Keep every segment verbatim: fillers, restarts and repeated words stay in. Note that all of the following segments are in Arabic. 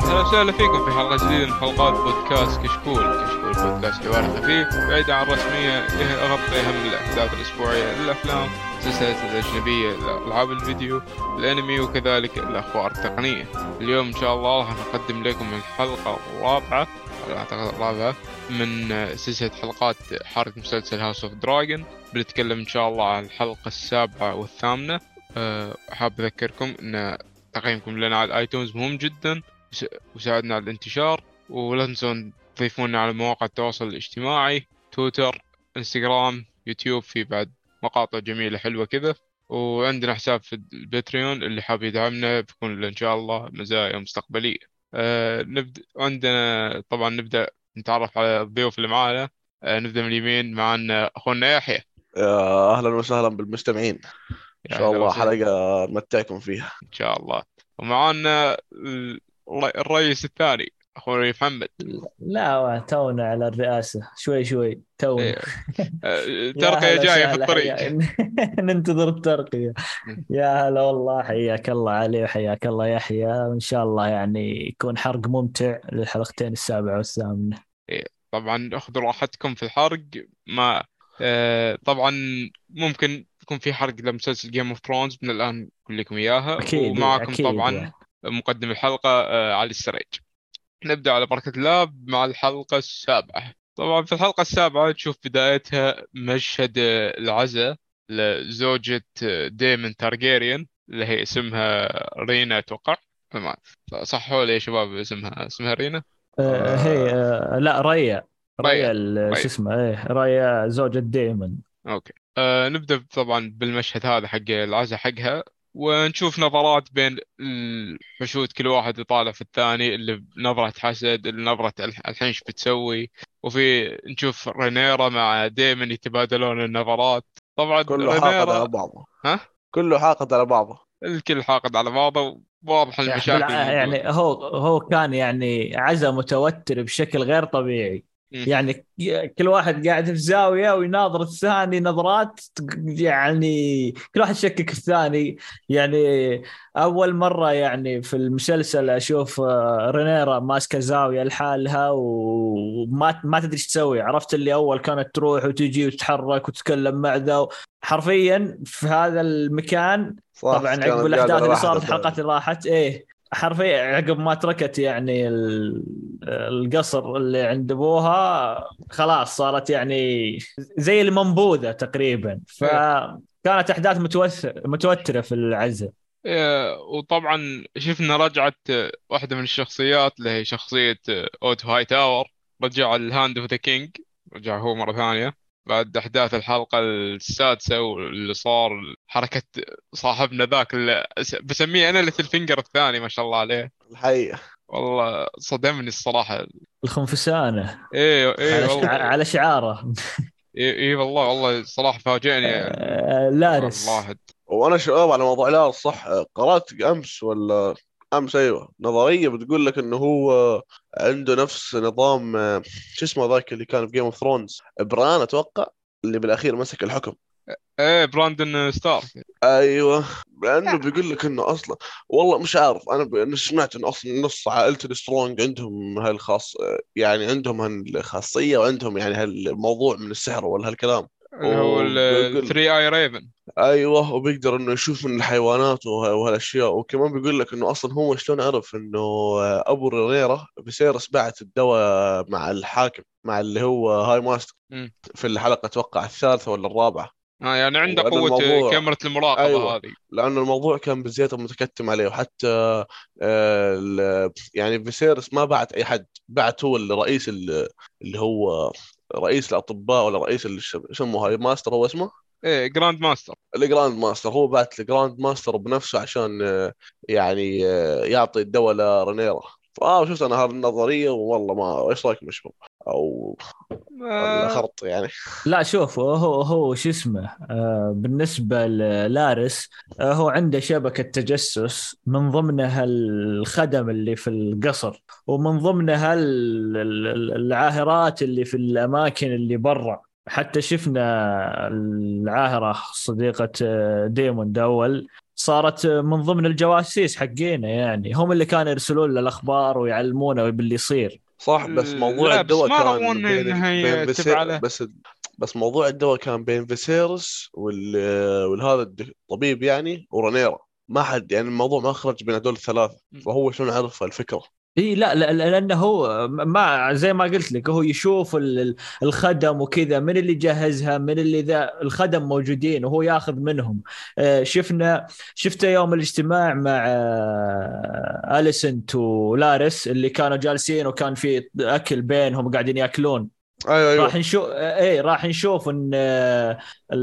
أهلا وسهلا فيكم في حلقة جديدة من حلقات بودكاست كشكول. كشكول بودكاست حوار خفيف بعيد عن الرسمية، يغطي أهم الأحداث الأسبوعية، الأفلام، السلسلات الأجنبية، ألعاب الفيديو، الأنمي، وكذلك الأخبار التقنية. اليوم إن شاء الله راح نقدم لكم الحلقة الرابعة، أعتقد الرابعة من سلسلة حلقات حرق مسلسل هاوس اوف دراجون. بنتكلم إن شاء الله عن الحلقة السابعة والثامنة. أحب أذكركم أن تقييمكم لنا على الايتونز مهم جدا وساعدنا على الانتشار، ولا تنسون تضيفونا على مواقع التواصل الاجتماعي، تويتر، انستغرام، يوتيوب، في بعد مقاطع جميلة حلوة كذا. وعندنا حساب في الباتريون، اللي حاب يدعمنا بيكون ان شاء الله مزايا مستقبلية. أه نبدأ عندنا طبعا نبدأ نتعرف على الضيوف اللي معانا. أه نبدأ من اليمين، معنا اخونا يحيى. يا أهلا وسهلا بالمستمعين. إن يا شاء اهلا الله وسهلا. حلقة نمتعكم فيها. ان شاء الله. ومعنا ال- الرئيس الثاني اخوي محمد. لا تونا على الرئاسة، شوي شوي تونا. إيه. أه، يا ترقية هلا جاية في وسهلا، الطريق. حيا ننتظر الترقية. يا هلا والله، حياك الله علي وحياك الله يحيى، وإن شاء الله يعني يكون حرق ممتع للحلقتين السابعة والثامنة. إيه. طبعا اخذوا راحتكم في الحرق. ما أه طبعا ممكن يكون في حرق لمسلسل جيم اوف ثرونز من الآن أقول لكم إياها، أكيد إيه، ومعكم أكيد طبعا يعني. مقدم الحلقة أه علي السريج. نبدأ على بركة الله مع الحلقة السابعة. طبعا في الحلقة السابعة تشوف بدايتها مشهد آه، العزاء لزوجة آه، ديمن تارجيريان، اللي هي اسمها رينا أتوقع. تمام. صحوا لي يا شباب، اسمها اسمها رينا. آه هي آه آه لا، ريا. ريا. ريا ال- شو ريا. اسمه، إيه ريا زوجة ديمون. اوكي. آه نبدأ طبعا بالمشهد هذا حق العزاء حقها، ونشوف نظرات بين الحشود، كل واحد يطالع في الثاني، اللي نظرة حسد، اللي نظرة الح- الحين ايش بتسوي. وفي نشوف رينيرا مع ديمن يتبادلون النظرات. طبعا كله حاقد على رينيرا. بعضه. ها. كله حاقد على بعض. الكل حاقد على بعضه، وواضح يا أخي المشاكل بالع... يعني الموجودة. هو هو كان يعني عزا متوتر بشكل غير طبيعي. مم. يعني كل واحد قاعد في زاوية ويناظر الثاني نظرات، يعني كل واحد شكك في الثاني. يعني أول مرة يعني في المسلسل أشوف آه، رينيرا ماسكة زاوية لحالها وما ما تدري ايش تسوي. عرفت اللي أول كانت تروح وتجي وتتحرك وتتكلم مع ذا حرفيا في هذا المكان. صح، طبعا عقب كانت قاعدة الأحداث اللي لوحدها صارت الحلقات فعلا. اللي راحت، إيه حرفيا عقب ما تركت يعني ال- القصر اللي عند ابوها، خلاص صارت يعني زي المنبوذة تقريبا. إيه. فكانت احداث متوتر متوترة في العزة. إيه. وطبعا شفنا رجعة آه، واحدة من الشخصيات، اللي هي شخصية آه، أوتو هاي تاور. رجع الهاند اوف ذا كينج، رجع هو مرة ثانية بعد أحداث الحلقة السادسة، واللي صار حركة صاحبنا ذاك اللي أس- بسميه أنا ليتل فينجر الثاني، ما شاء الله عليه. الحقيقة. والله صدمني الصراحة. الخنفسانة إيه إيه على ش... والله. على شعاره. إيه إيه والله والله صراحة فاجأني ال- آه، لارس. الواحد. وأنا شباب على موضوع لا صح، قرأت أمس ولا أمس أيوه نظرية بتقول لك إنه هو عنده نفس نظام، آه، شو اسمه ذاك اللي كان في جيم اوف ثرونز، بران أتوقع، اللي بالأخير مسك الحكم. إيه براندن ستار. ايوه، لانه بيقول لك انه اصلا، والله مش عارف انا ب... أنا سمعت انه اصلا نص عائله السترونج عندهم هالخاص، يعني عندهم هالخاصيه وعندهم يعني هالموضوع من السحر ولا هالكلام. اللي هو وبيقول الثري اي ريفن. ايوه، وبيقدر انه يشوف من الحيوانات وه- وهالاشياء. وكمان بيقول لك انه اصلا هو شلون عرف انه ابو ريرا فيسيرس بعت الدواء مع الحاكم، مع اللي هو هاي ماستر، في الحلقه اتوقع الثالثة ولا الرابعه. آه يعني عنده وأن قوة الموضوع، كاميرا المراقبة ايوه، هذه. لانه الموضوع كان بزيادة متكتم عليه. وحتى آه، ال- يعني فيسيرس ما بعت اي حد، بعت هو الرئيس ال- اللي هو رئيس الاطباء ولا رئيس اللي ش- اسمه هاي ماستر، هو اسمه ايه جراند ماستر. الجراند ماستر. هو بعت الجراند ماستر بنفسه عشان آه، يعني آه، يعطي الدواء لرينيرا. فاه شفت انا هذه النظريه، والله ما ايش رايكم يا شباب؟ او ولا آه. خرط يعني؟ لا شوف، هو هو شو اسمه آه بالنسبة للارس، آه هو عنده شبكة تجسس، من ضمنها الخدم اللي في القصر، ومن ضمنها ال- ال- العاهرات اللي في الأماكن اللي برا. حتى شفنا العاهرة صديقة آه، ديمون ده أول، صارت من ضمن الجواسيس حقينا، يعني هم اللي كانوا يرسلون له الأخبار ويعلمونه باللي يصير. صح، بس موضوع لا بس الدواء ما كان رضون بين ال... انها بين يتبع فيسي... له. بس بس موضوع الدواء كان بين فيسيرس وال... والهذا الد- الطبيب يعني ورانيرا. ما حد يعني الموضوع ما خرج بين هذول الثلاثة، فهو شلون عرف الفكرة؟ اي لا, لا لانه هو ما زي ما قلت لك، هو يشوف ال- الخدم وكذا، من اللي جهزها، من اللي ذا الخدم موجودين وهو ياخذ منهم. آه، شفنا شفته يوم الاجتماع مع آه، أليسنت ولاريس اللي كانوا جالسين وكان في اكل بينهم قاعدين ياكلون. ايوه راح ايوه نشوف ايه راح نشوف ان آه،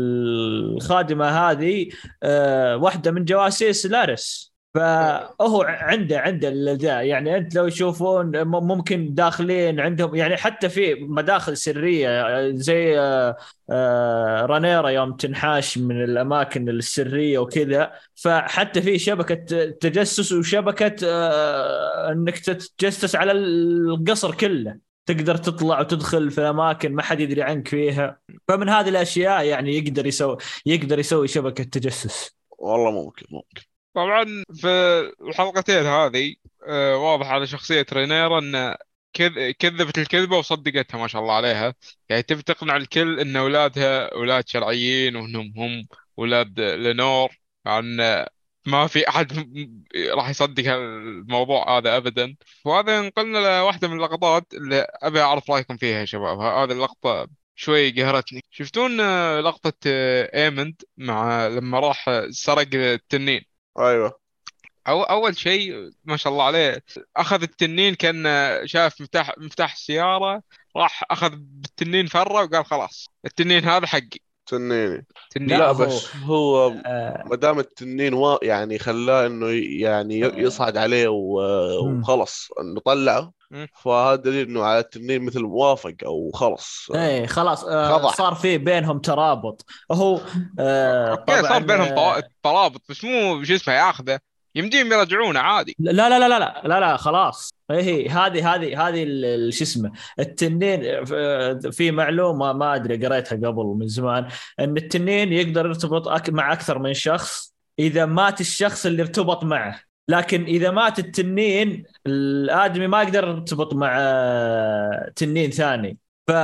الخادمه هذه آه، واحده من جواسيس لاريس. فهو عنده عنده ذا، يعني انت لو يشوفون م- ممكن داخلين عندهم، يعني حتى في مداخل سريه آه، زي آه، آه، رانيرا يوم تنحاش من الاماكن السريه وكذا. فحتى في شبكه تجسس وشبكه آه، انك تتجسس على القصر كله، تقدر تطلع وتدخل في اماكن ما حد يدري عنك فيها. فمن هذه الاشياء يعني يقدر يسوي يقدر يسوي شبكه تجسس. والله ممكن ممكن. طبعا في الحلقتين هذه آه، واضح على شخصية رينيرا ان كذ- كذبت الكذبة وصدقتها ما شاء الله عليها. يعني تبي تقنع الكل ان اولادها اولاد شرعيين وانهم هم اولاد لينور، عن ما في احد راح يصدق الموضوع هذا ابدا. وهذا ينقلنا لواحدة من اللقطات اللي ابي اعرف رايكم فيها يا شباب. هذه اللقطة شوي قهرتني. شفتون آه، لقطة آه، ايمند مع لما راح آه، سرق التنين؟ ايوه أو أول شيء ما شاء الله عليه، أخذ التنين كان شاف مفتاح مفتاح السيارة، راح أخذ بالتنين فره وقال خلاص التنين هذا حقي. تنيني. لا تنين. لا هو بس هو آه ما دام التنين وا يعني خلاه انه ي- يعني ي- يصعد عليه و- مم. وخلص انه طلعه. مم. فهذا دليل انه على التنين مثل موافق او خلص ايه خلاص آه خضع. صار في بينهم ترابط. هو آه أوكي صار طبعا بينهم طوا- آه ترابط، بس مو شو اسمه ياخذه، يمديهم يرجعونه عادي. لا لا لا لا لا لا, لا خلاص. ايه هذه هذه هذه ال- ال- شو اسمه التنين. آه، في معلومه ما ادري قريتها قبل من زمان، ان التنين يقدر يرتبط أك مع اكثر من شخص اذا مات الشخص اللي ارتبط معه. لكن اذا مات التنين الادمي ما يقدر يرتبط مع آه، تنين ثاني.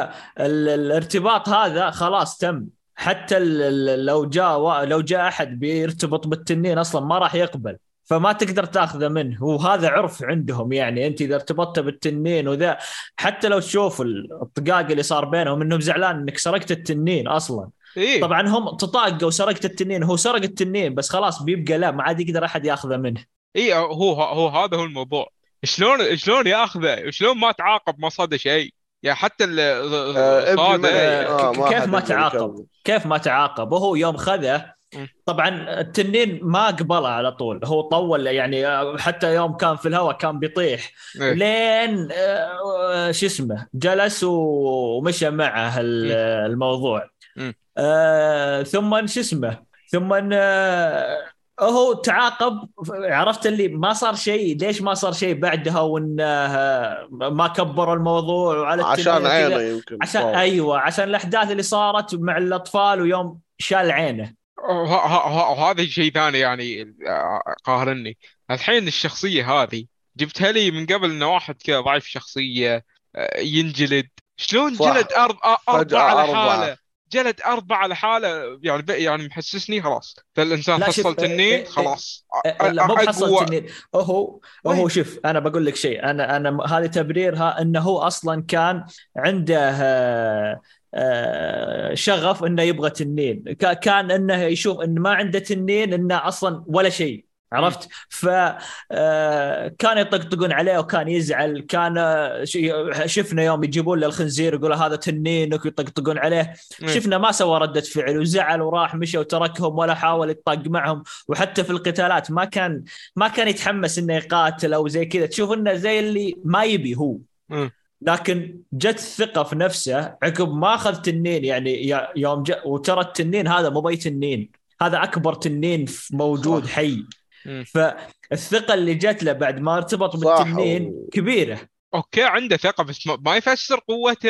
فالارتباط هذا خلاص تم. حتى ال- ال- لو جاء لو جاء احد بيرتبط بالتنين اصلا ما راح يقبل، فما تقدر تاخذه منه. وهذا عرف عندهم، يعني انت اذا ارتبطت بالتنين وذا، حتى لو تشوف الطقاق اللي صار بينهم انهم زعلان انك سرقت التنين اصلا. إيه. طبعا هم تطاقوا وسرقت التنين، هو سرق التنين بس خلاص بيبقى لا ما عاد يقدر احد ياخذه منه. إيه هو هو هذا هو الموضوع. شلون شلون ياخذه، شلون ما تعاقب ما صاد شيء. يا حتى آه اللي ابني ما صاده. آه، آه ك- ما كيف حد ما يقدر تعاقب يكمل. كيف ما تعاقب وهو يوم خذه. طبعا التنين ما قبله على طول، هو طول يعني آه، حتى يوم كان في الهواء كان بيطيح إيه. لين آه، شو اسمه جلس ومشى معه ال- مم. الموضوع. مم. آه، ثم شو اسمه ثم آه، هو تعاقب. عرفت اللي ما صار شيء، ليش ما صار شيء بعدها وانه آه، ما كبروا الموضوع وعلى التنين عشان عينه وكذا. يمكن عشان طار. ايوه عشان الاحداث اللي صارت مع الاطفال ويوم شال عينه. وه- وه- وهذا شيء ثاني يعني آه، قاهرني. الحين الشخصية هذه جبتها لي من قبل انه واحد كذا ضعيف شخصية آه، ينجلد. شلون صح. جلد أرب... أ- أربعة فجأة على أربعة. حالة؟ جلد أربعة على حالة يعني ب... يعني محسسني خلاص فالإنسان لا شوف حصل آه، تنين آه، خلاص آه، أ- آه، لا مو أ- بحصل أقوى. تنين. هو هو وين؟ شوف انا بقول لك شيء، انا انا هذه تبريرها انه هو اصلا كان عنده آه، آه، شغف انه يبغى تنين. ك- كان انه يشوف انه ما عنده تنين انه اصلا ولا شيء. عرفت؟ فكان يطقطقون عليه وكان يزعل. كان آه، ش- شفنا يوم يجيبون له الخنزير يقول هذا تنينك ويطقطقون عليه. مم. شفنا ما سوى ردة فعل وزعل وراح مشى وتركهم ولا حاول يطق معهم. وحتى في القتالات ما كان ما كان يتحمس انه يقاتل او زي كذا، تشوف انه زي اللي ما يبي هو. مم. لكن جت الثقة في نفسه عقب ما اخذ تنين، يعني يا- يوم جاء وترى التنين هذا مو بي تنين، هذا اكبر تنين موجود صح. حي. مم. فالثقة اللي جت له بعد ما ارتبط صح. بالتنين و- كبيرة. أوكي عنده ثقة بس ما ما يفسر قوته.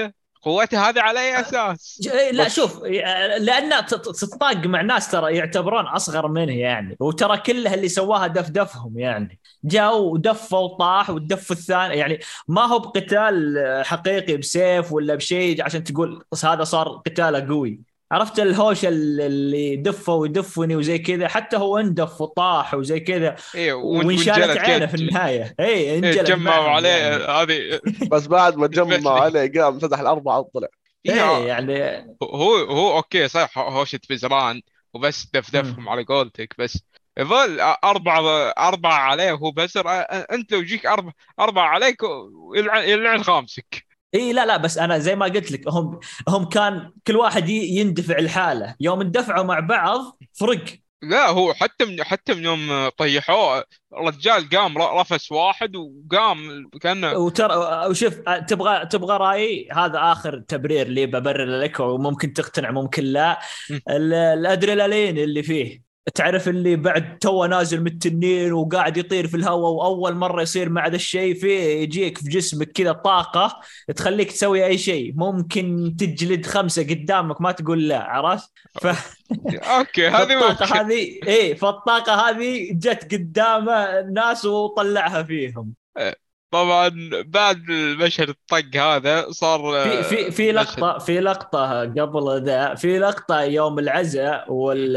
قوتها هذه على اي اساس؟ ج- إيه، لا بس شوف، لأنها تت- تتطاق مع ناس ترى يعتبرون أصغر منه يعني، وترى كلها اللي سواها دفدفهم يعني، جاءوا ودفوا وطاح والدف الثاني يعني. ما هو بقتال حقيقي بسيف ولا بشيء عشان تقول بس هذا صار قتاله قوي. عرفت الهوش اللي دفوا ويدفوني وزي كذا، حتى هو اندف وطاح وزي كذا، ايه وانشالت وانجلت عينه في كد. النهاية، اي إيه انجلد تجمعوا معهم عليه يعني. هذه. بس بعد ما تجمع سبيشلي. عليه قام فتح الأربعة وطلع. ايه إيه يعني. هو هو اوكي صح، هوشة فزران وبس دفدفهم مم. على قولتك، بس يظل أربعة أربعة عليه وهو بزر. أنت لو يجيك أربعة أربعة عليك يلعن يلعن خامسك. اي لا لا، بس انا زي ما قلت لك، هم هم كان كل واحد ي- يندفع الحاله، يوم اندفعوا مع بعض فرق. لا هو حتى من حتى من يوم طيحوه الرجال قام ر- رفس واحد وقام كأنه. وترى وشوف، تبغى تبغى رايي هذا اخر تبرير لي ببرر لك، وممكن تقتنع ممكن لا. ال- الادرينالين اللي فيه، تعرف اللي بعد تو نازل من التنين وقاعد يطير في الهواء، واول مره يصير مع ذا الشيء، فيه يجيك في جسمك كذا طاقه تخليك تسوي اي شيء، ممكن تجلد خمسه قدامك ما تقول لا، عرفت؟ ف... اوكي هذه فالطاقه ممكن. هذه، ايه فالطاقه هذه جت قدام الناس وطلعها فيهم. طبعا بعد المشهد الطق هذا صار في في آه، في مشهد. لقطة في لقطة قبل ذا، في لقطة يوم العزاء وال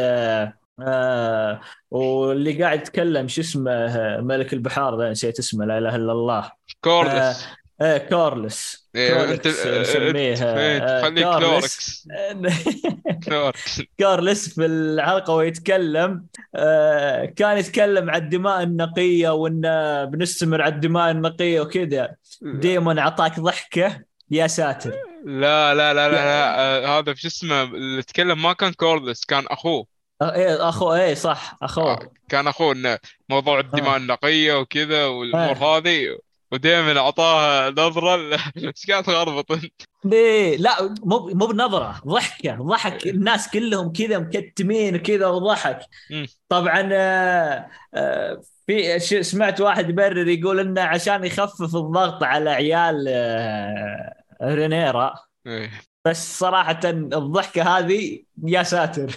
آه واللي قاعد يتكلم شو اسمه، ملك البحار ذا نسيت اسمه، لا إله إلا الله. آه كورلس. آه كورلس إيه انت كرولكس آه، انت نسميه، إيه، آه تخليك كارلس. كلوركس. كلوركس. كارلس في الحلقة ويتكلم، آه كان يتكلم عن الدماء النقية، وإن بنستمر على الدماء النقية وكذا. ديمون أعطاك ضحكة يا ساتر. لا لا لا لا, يا لا. آه، هذا شو اسمه اللي تكلم ما كان كورلس، كان اخوه. آه، ايه اخوه، ايه صح آه، اخوه. كان اخوه انه موضوع الدماء اه النقية وكذا والامور اه هذه. ودائما اعطاها نظرة ل- ايش قاعد تغربط انت؟ ليه لا، مو مو بنظره، ضحكه، ضحك الناس كلهم كذا مكتمين كذا وضحك. مم. طبعا آه آه في ش- سمعت واحد يبرر يقول انه عشان يخفف الضغط على عيال آه رينيرا. إيه. بس صراحه الضحكه هذه يا ساتر.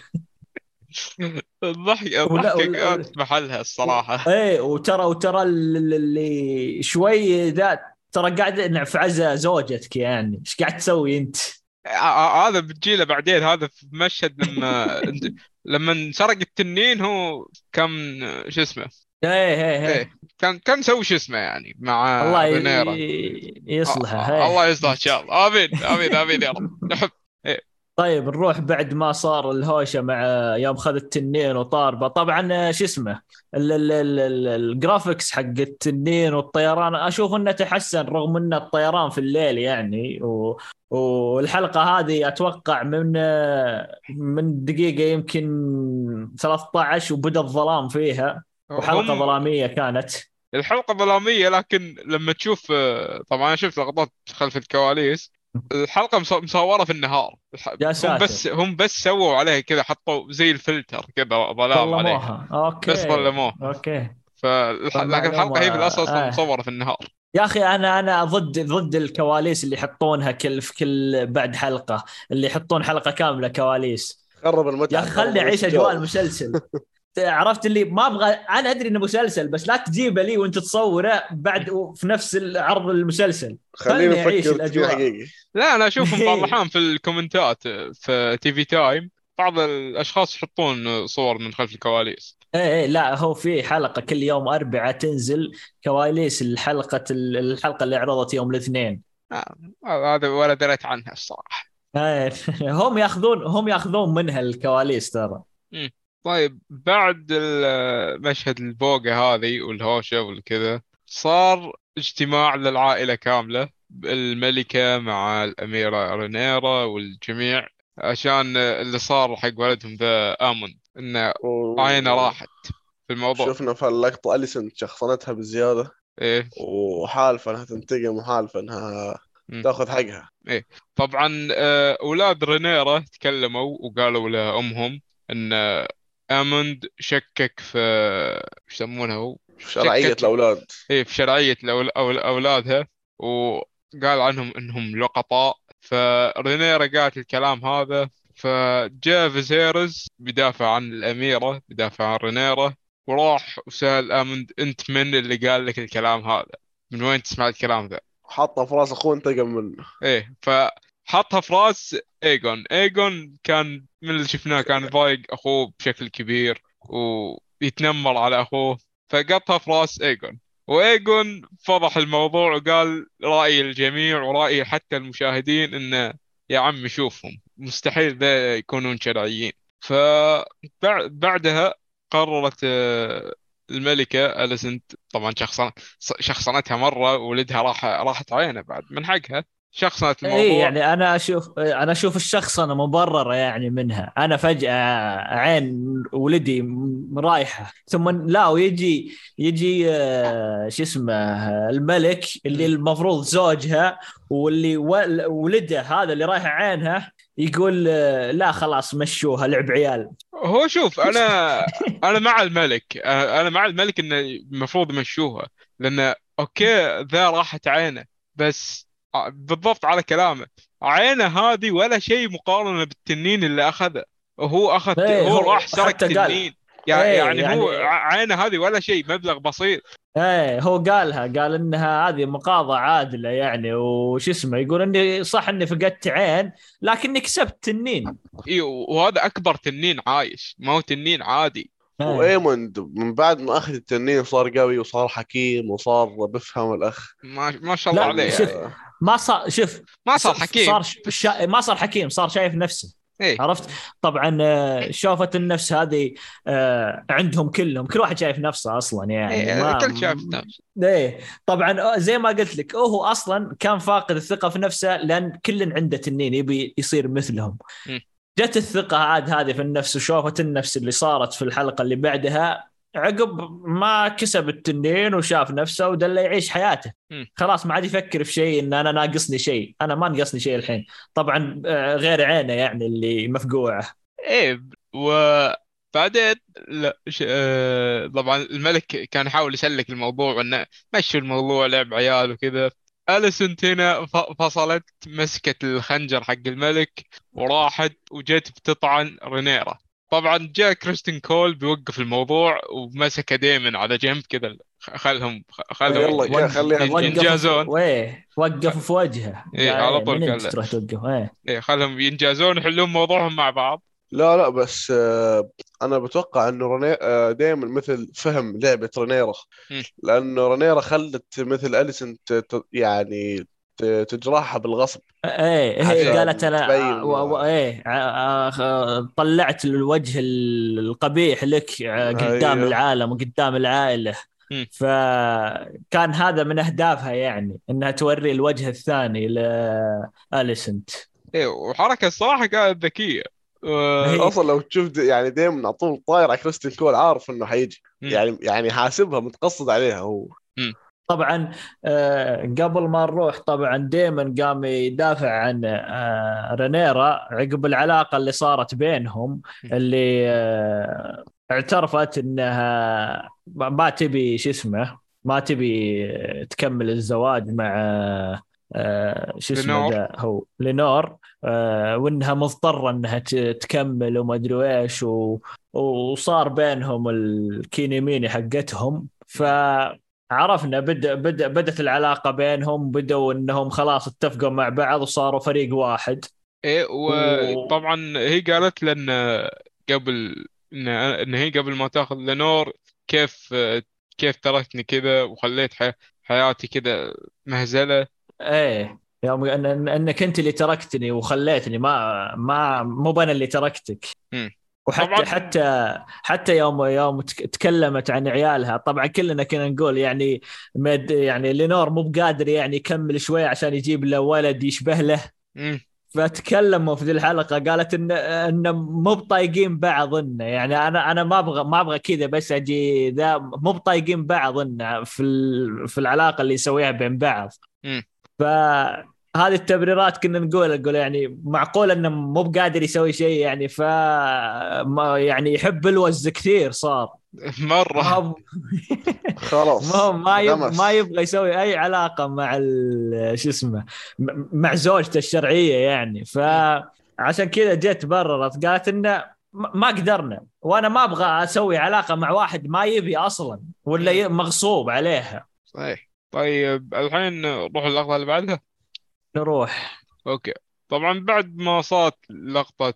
الضحك ولا, الضحكة كانت ولا في محلها الصراحة. ايه، وترى وترى اللي شوي ذا، ترى قاعد نعف عزا زوجتك يعني، ايش قاعد تسوي انت؟ ع- ع- هذا بتجيله بعدين، هذا في مشهد لما لما سرق التنين هو كان شو اسمه. ايه ايه ايه ايه. كان كان مسوي شو اسمه يعني مع الله رينيرا. ي- آ- يصلحه آ- ايه. الله يصلح ان شاء الله، امين امين امين يا رب. نحب. إيه. طيب نروح بعد ما صار الهوشه مع يوم خذ التنين وطاربه، طبعا شو اسمه، ال- ال- ال- ال- الجرافيكس حق التنين والطيران اشوف انه تحسن، رغم ان الطيران في الليل يعني، و والحلقة هذه أتوقع من من دقيقة يمكن ثلاثة عشر وبدأ الظلام فيها، وحلقة هم ظلامية كانت. الحلقة ظلامية، لكن لما تشوف آه، طبعا أنا شفت لقطات خلف الكواليس. الحلقة مص- مصورة في النهار. الح- يا هم ساتر. بس هم بس سووا عليها كذا، حطوا زي الفلتر كذا ظلام عليها. ظلموها، بس أوكي ظلموه. أوكي. فالح... طب لكن معلومة، الحلقة هي في الأصل أصلا آه. مصورة في النهار. يا أخي أنا أنا ضد ضد الكواليس اللي يحطونها كل في كل بعد حلقة، اللي يحطون حلقة كاملة كواليس. خرب يا المتعة، أخي خرب خلني أعيش أجواء الانسجام. المسلسل. عرفت اللي ما ابغى، انا ادري انه مسلسل، بس لا تجيبه لي وانت تصوره بعد في نفس عرض المسلسل. خلينا خلني اعيش نفكر تفكير الاجواء. حقيقي. لا أنا أشوفهم بعض الأحيان في الكومنتات في تي في تايم، بعض الأشخاص يحطون صور من خلف الكواليس. ايه ايه لا، هو في حلقه كل يوم اربعاء تنزل كواليس الحلقه الحلقه اللي عرضت يوم الاثنين. آه، هذا ولا دريت عنها الصراحة. ايه هم ياخذون هم ياخذون منها الكواليس ترى. مم. طيب بعد المشهد البوقة هذه والهوشة والكذا، صار اجتماع للعائلة كاملة، الملكة مع الأميرة رينيرا والجميع، عشان اللي صار حق ولدهم ذا آمون، إنه عينه راحت في الموضوع. وشفنا في اللقطة أليسن شخصنتها بزيادة، إيه. وحالفة انها تنتقم وحالفة انها مم. تاخذ حقها. إيه. طبعا آه، أولاد رينيرا تكلموا وقالوا لأمهم إن آموند شكك في ايش يسمونه هو، شرعية شكك الأولاد. إيه في شرعية الأول... أول... أولادها، وقال عنهم إنهم لقطاء فرينيرا قالت الكلام هذا، فجاء فيزيرز بيدافع عن الأميرة، بيدافع عن رينيرا، وراح وسأل آمند أنت من اللي قال لك الكلام هذا؟ من وين تسمع الكلام ذا؟ حطه في راس اخوه انتقم منه. ايه، فحطها في راس ايجون. ايجون كان من اللي شفناه كان ضايق اخوه بشكل كبير ويتنمر على اخوه، فقطها في راس ايجون. وايجون فضح الموضوع وقال رأي الجميع ورأي حتى المشاهدين انه يا عم شوفهم مستحيل ذا يكونون شرعيين. فبعدها قررت آه، الملكة أليسنت، طبعا شخصنت شخصنتها مرة، ولدها راح راحت عينه بعد من حقها، شخصنت اي الموضوع. يعني انا اشوف انا اشوف الشخص انا مبرره يعني منها. انا فجاه عين ولدي م- رايحه، ثم لا ويجي يجي آه، شو اسمه آه، الملك اللي م. المفروض زوجها واللي ول- ولده هذا اللي رايح عينها يقول آه، لا خلاص مشوها لعب عيال. هو شوف، أنا أنا مع الملك، أنا مع الملك إنه المفروض يمشوها، لأن أوكي ذا راحت عينه، بس بالضبط على كلامه، عينه هذه ولا شيء مقارنة بالتنين اللي أخذه. وهو أخذ ايه هو راح هو سرق حتى قال. تنين، يع- ايه يعني هو يعني ع- عينه هذه ولا شيء، مبلغ بسيط. ايه هو قالها، قال انها هذه مقاضة عادلة يعني، وش اسمه يقول اني صح اني فقدت عين لكني كسبت تنين. ايوه، وهذا اكبر تنين عايش، ما هو تنين عادي. ايه وايموند من بعد ما اخذ التنين صار قوي وصار حكيم وصار بفهم الاخ. ما ما شاء الله عليه لا شوف، يعني. آه، ما صار شوف ما صار ص- صار حكيم ش- بس. شا... ما صار حكيم، صار شايف نفسه. ايه. عرفت؟ طبعا آه، شوفة النفس هذه آه، عندهم كلهم، كل واحد شايف نفسه اصلا يعني ايه ما. كل شااف نفسه. ايه طبعا آه، زي ما قلت لك هو اصلا كان فاقد الثقة في نفسه لان كل عنده تنين يبي يصير مثلهم. م. جت الثقة عاد هذه في النفس وشوفة النفس اللي صارت في الحلقة اللي بعدها عقب ما كسب التنين وشاف نفسه ودل يعيش حياته. م. خلاص ما عاد يفكر في شيء ان انا ناقصني شيء، انا ما ناقصني شيء الحين. طبعا آه، غير عينه يعني اللي مفقوعة. ايه. وبعدين لا ش... آه... طبعا الملك كان يحاول يسلك الموضوع وانه مشوا الموضوع لعب عيال وكذا. أليسنت هنا ف... فصلت، مسكت الخنجر حق الملك وراحت وجت بتطعن رينيرا. طبعا جاء كريستين كول بيوقف الموضوع ومسك ديمن على جنب كذا، خلهم خلهم يلا يا وقف خليها ين- تكمل. وقف في ينجازون. ويه وقف في وجهه قال ايه على ايه طول من قال انت له تروح توقف ايه. ايه خلهم ينجازون يحلون موضوعهم مع بعض. لا لا بس آه، انا بتوقع انه رني... آه، دائما مثل فهم لعبة رينيرا، م. لانه رينيرا خلت مثل اليسن ت... ت... يعني ت... تجرحها بالغصب ايه هي قالت عشان انا تبين. و... و... ايه ع- آه، طلعت الوجه القبيح لك آه، قدام ايوه العالم وقدام العائلة. م. فكان هذا من اهدافها يعني انها توري الوجه الثاني لاليسنت. ايه، وحركة الصراحة كانت ذكية. و... هي اصلا لو تشوف د- يعني دائما على طول طاير على كريستين كول، عارف انه حيجي، م. يعني يعني حاسبها متقصد عليها هو. م. طبعا آه، قبل ما نروح طبعا ديمن قام يدافع عن آه، رينيرا عقب العلاقة اللي صارت بينهم، اللي آه، اعترفت انها ما تبي شو اسمه ما تبي تكمل الزواج مع آه، شو اسمه لينور. ذا هو لينور. آه، وانها مضطرة انها ت- تكمل وما ادري ايش و- وصار بينهم الكينيميني حقتهم. ف عرفنا بدأ بدأ بدت العلاقة بينهم، بدأوا انهم خلاص اتفقوا مع بعض وصاروا فريق واحد. ايه، و وطبعا هي قالت لنا قبل ان ان هي قبل ما تاخذ لينور، كيف كيف تركتني كذا وخليت حي... حياتي كذا مهزلة. ايه يوم أن... أن- انك انت اللي تركتني وخليتني، ما ما مو انا اللي تركتك. مم. وحتى طبعا. حتى حتى يوم يوم تك- تكلمت عن عيالها، طبعا كلنا كنا نقول يعني مد يعني لينور مو بقادر يعني يكمل شوي عشان يجيب له ولد يشبه له. مم. فتكلموا في ذي الحلقة قالت ان ان مو بطايقين بعض، انه يعني انا انا ما ابغى ما ابغى كذا بس اجي ذا مو بطايقين بعض انه في ال- في العلاقة اللي يسويها بين بعض. مم. فهذه التبريرات كنا نقول نقول يعني معقول انه مو بقادر يسوي شيء يعني، ف ما يعني يحب الوز كثير صار. مرة. ما هو خلاص ما هو ما يب... غمس. ما يبغى يسوي اي علاقه مع ال... شو اسمه م- مع زوجته الشرعيه يعني. مم. فعشان كذا جت بررت قالت انه م- ما قدرنا، وانا ما ابغى اسوي علاقه مع واحد ما يبي اصلا ولا مم. ي... مغصوب عليها. صحيح. طيب الحين نروح اللقطة اللي بعدها. نروح. اوكي. طبعا بعد ما صارت لقطة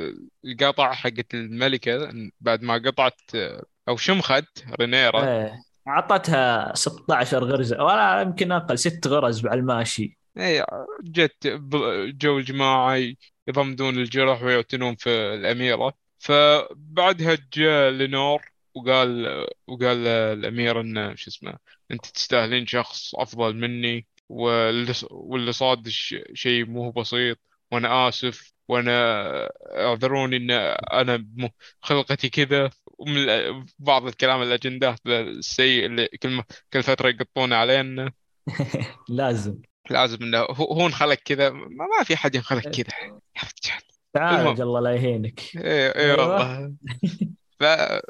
القطع حقت الملكة، بعد ما قطعت او شمخت رينيرا. ايه اعطتها ستة عشر غرزه ولا يمكن اقل، ست غرز على الماشي. اي جت ب- جو الجماعة يضمدون الجرح ويعتنون في الأميرة. فبعدها جاء لينور وقال وقال الأمير إن شو اسمه، أنت تستاهلين شخص أفضل مني، واللي واللي صاد ش- شيء مو بسيط، وأنا آسف، وأنا اعذروني إن أنا م- خلقتي كذا، ومن ال- بعض الكلام الأجندات السيء اللي كل كل فترة يقطون علينا. لازم. لازم انه هو هو انخلق كذا، ما, ما في حد ينخلق كذا يا رجال. تعال المهم، الله لا يهينك. ايه ايه ايوه. والله. ف